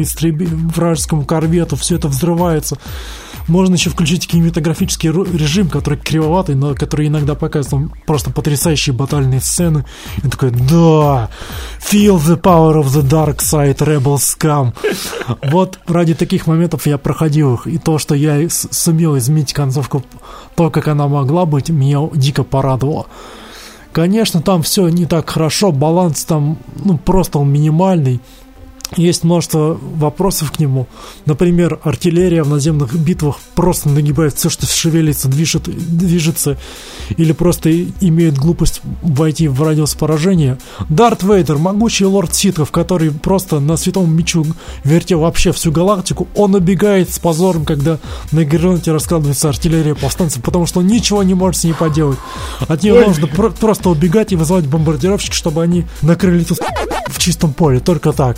корвету, все это взрывается. Можно еще включить кинематографический режим, который кривоватый, но который иногда показывает там просто потрясающие батальные сцены. И такой, да, feel the power of the dark side, rebel scum. Вот ради таких моментов я проходил их. И то, что я сумел изменить концовку, то, как она могла быть, меня дико порадовало. Конечно, там все не так хорошо, баланс там, ну, просто он минимальный. Есть множество вопросов к нему. Например, артиллерия в наземных битвах просто нагибает все, что шевелится, движется, или просто имеет глупость войти в радиус поражения. Дарт Вейдер, могучий лорд Ситхов, который просто на святом мечу вертел вообще всю галактику, он убегает с позором, когда на горизонте раскладывается артиллерия повстанцев, потому что он ничего не может с ней поделать. От нее нужно просто убегать и вызывать бомбардировщиков, чтобы они накрыли в чистом поле. Только так.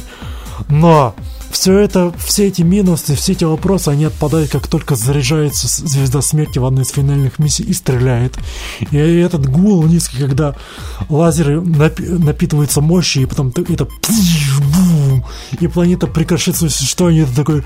Но все эти минусы, все эти вопросы, они отпадают, как только заряжается звезда смерти в одной из финальных миссий и стреляет. И этот гул низкий, когда лазеры напитываются мощью, и потом это бум, и планета прекращает свое существование, это такой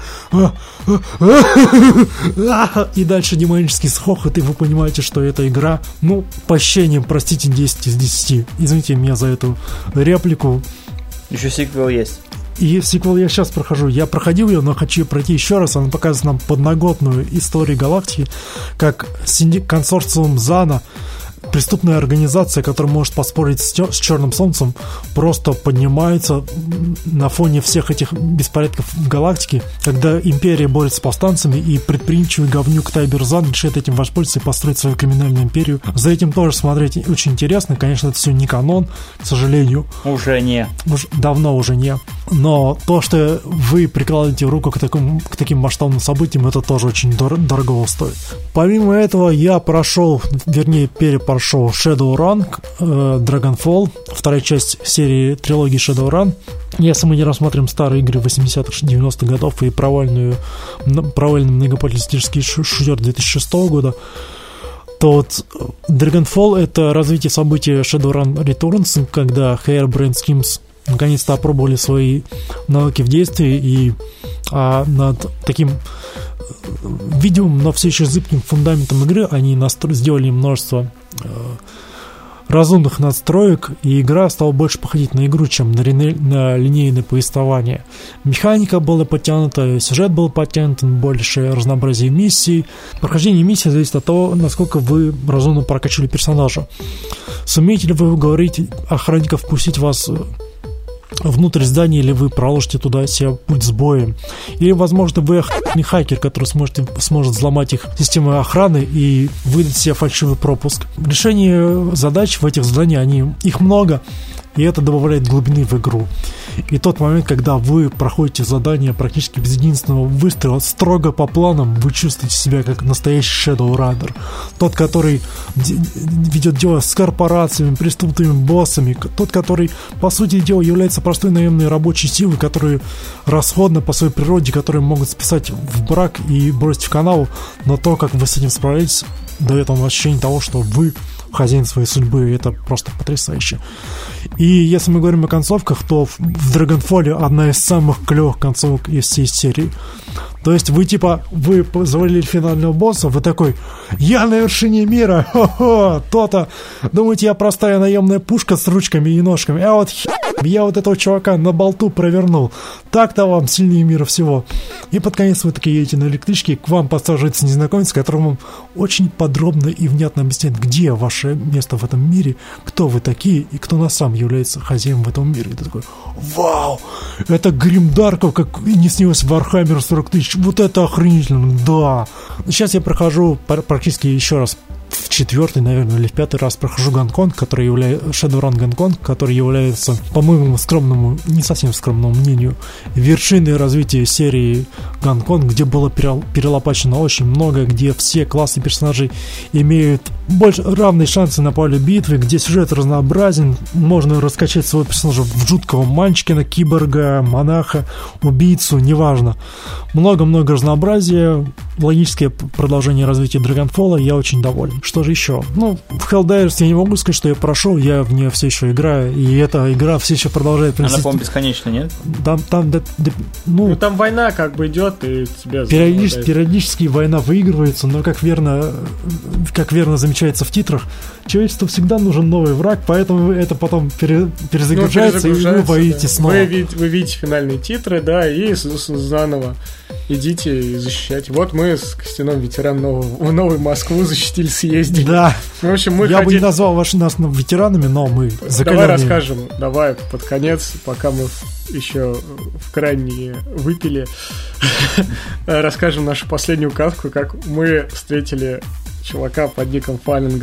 и дальше демонический хохот, и вы понимаете, что эта игра, ну, по ощущениям, простите, 10 из 10. Извините меня за эту реплику. Еще сиквел есть. И сиквел я сейчас прохожу. Я проходил ее, но хочу ее пройти еще раз. Она показывает нам подноготную историю галактики, как консорциум Зана, преступная организация, которая может поспорить с Черным Солнцем, просто поднимается на фоне всех этих беспорядков в галактике, когда империя борется с повстанцами, и предприимчивый говнюк Тайбер Зан решит этим воспользоваться и построить свою криминальную империю. За этим тоже смотреть очень интересно. Конечно, это все не канон, к сожалению. Уже не. Давно уже не. Но то, что вы прикладываете руку к таким масштабным событиям, это тоже очень дорого стоит. Помимо этого, я перепрошел Shadowrun, Dragonfall, вторая часть серии трилогии Shadowrun. Если мы не рассмотрим старые игры 80-х, 90-х годов и провальный многопользовательский шутер 2006 года, то вот Dragonfall — это развитие событий Shadowrun Returns, когда Harebrained Schemes наконец-то опробовали свои навыки в действии, и над таким видимым, но все еще зыбким фундаментом игры они сделали множество разумных настроек, и игра стала больше походить на игру, чем на линейное повествование. Механика была подтянута, сюжет был подтянут, больше разнообразия миссий. Прохождение миссии зависит от того, насколько вы разумно прокачали персонажа. Сумеете ли вы уговорить охранников впустить вас внутрь здания, или вы проложите туда себе путь с боем. Или, возможно, вы охранный хакер, который сможет взломать их систему охраны и выдать себе фальшивый пропуск. Решение задач в этих заданиях, их много, и это добавляет глубины в игру. И тот момент, когда вы проходите задание практически без единственного выстрела, строго по планам, вы чувствуете себя как настоящий Shadowrunner. Тот, который ведет дело с корпорациями, преступными боссами. Тот, который, по сути дела, является простой наемной рабочей силой, которые расходны по своей природе, которые могут списать в брак и бросить в канал. Но то, как вы с этим справляетесь, дает вам ощущение того, что вы хозяин своей судьбы, и это просто потрясающе. И если мы говорим о концовках, то в Dragonfall одна из самых клевых концовок из всей серии. То есть вы завалили финального босса, вы такой: я на вершине мира, хо-хо, то-то. Думаете, я простая наемная пушка с ручками и ножками, а вот я вот этого чувака на болту провернул. Так-то вам сильнее мира всего. И под конец вы такие едете на электричке, к вам подсаживается незнакомец, который вам очень подробно и внятно объясняет, где ваше место в этом мире, кто вы такие и кто на самом является хозяином в этом мире. И ты такой: вау, это гримдарков, как и не снилось в Warhammer 40 000. Вот это охренительно, да. Сейчас я прохожу практически еще раз в 4-й, наверное, или в 5-й раз прохожу Гонконг, который является Shadowrun Гонконг, который является, по моему скромному, не совсем скромному мнению, вершиной развития серии Гонконг, где было перелопачено очень много, где все классы персонажей имеют равные шансы на поле битвы, где сюжет разнообразен, можно раскачать своего персонажа в жуткого манчкина, киборга, монаха, убийцу, неважно. Много-много разнообразия, логическое продолжение развития Dragonfall, я очень доволен. Что же еще? Ну, в Helldivers я не могу сказать, что я прошел, я в нее все еще играю, и эта игра все еще продолжает приносить... Она, по-моему, бесконечно, нет? Там война как бы идет, и тебя... Периодически война выигрывается, но как верно замечается в титрах, человечеству всегда нужен новый враг, поэтому это потом перезагружается, и вы воюете снова. Вы видите финальные титры, да, и заново идите и защищайте. Вот мы с Костяном ветераном Новой Москву защитили, съездили. Да. В общем, я бы не назвал нас ветеранами, но мы закаленные. Давай расскажем, под конец, пока мы еще в крайние выпили, расскажем нашу последнюю катку, как мы встретили чувака под ником Fallen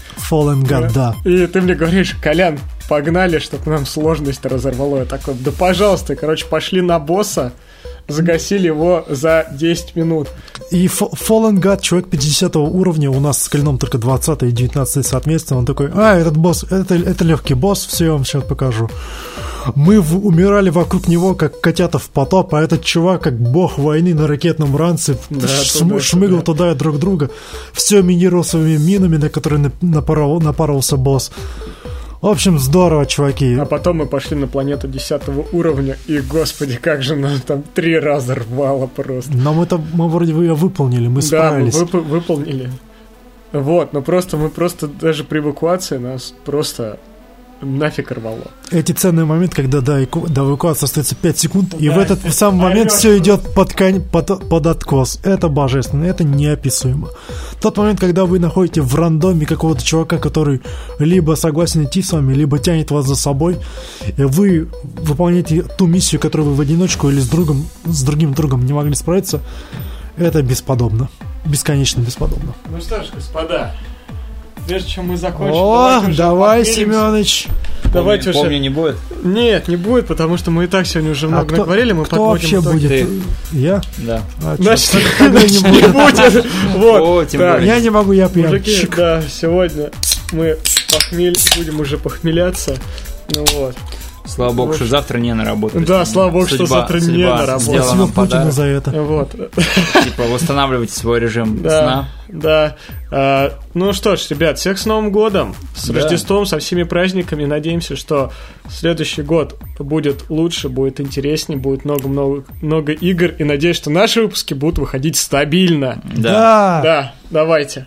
God. Да. И ты мне говоришь: Колян, погнали, чтобы нам сложность разорвало. Я такой: да пожалуйста. Короче, пошли на босса, загасили его за 10 минут. И Fallen God, человек 50 уровня, у нас с Калином только 20 и 19 соответственно. Он такой: этот босс, это легкий босс, все, я вам сейчас покажу. Мы умирали вокруг него, как котята в потоп, а этот чувак, как бог войны на ракетном ранце, шмыгал туда и друг друга. Все минировал своими минами, на которые напарывался босс. В общем, здорово, чуваки. А потом мы пошли на планету 10 уровня, и, господи, как же нас там 3 раза рвало просто. Но мы вроде бы ее выполнили, мы справились. Да, мы выполнили. Вот, но мы просто даже при эвакуации нас просто нафиг рвало. Эти ценные моменты, когда до эвакуации остается 5 секунд, и в этот самый момент все идет под откос. Это божественно, это неописуемо. Тот момент, когда вы находите в рандоме какого-то чувака, который либо согласен идти с вами, либо тянет вас за собой, и вы выполняете ту миссию, которую вы в одиночку или с другим другом не могли справиться, это бесподобно. Бесконечно бесподобно. Ну что ж, господа, прежде чем мы закончим... давай, Семёныч. Давайте уже... Помню, не будет? Нет, не будет, потому что мы и так сегодня уже много наговорили. Мы кто вообще будет? Ты. Я? Да. Значит, не будет. Вот. Я не могу, я пьянчик. Мужики, да, сегодня мы будем уже похмеляться. Ну вот. Слава богу, что завтра не на работу. Да, слава богу, что завтра не на работу. Спасибо Путину за это. Вот. Типа, восстанавливайте свой режим сна. Да. Ну что ж, ребят, всех с Новым годом, с Рождеством, со всеми праздниками. Надеемся, что следующий год будет лучше, будет интереснее, будет много игр. И надеюсь, что наши выпуски будут выходить стабильно. Да, давайте.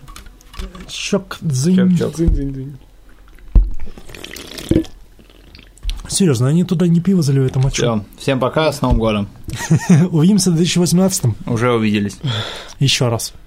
Чок-дзынь. Серьезно, они туда не пиво заливают, а Все, всем пока, с Новым годом. Увидимся в 2018. Уже увиделись. Еще раз.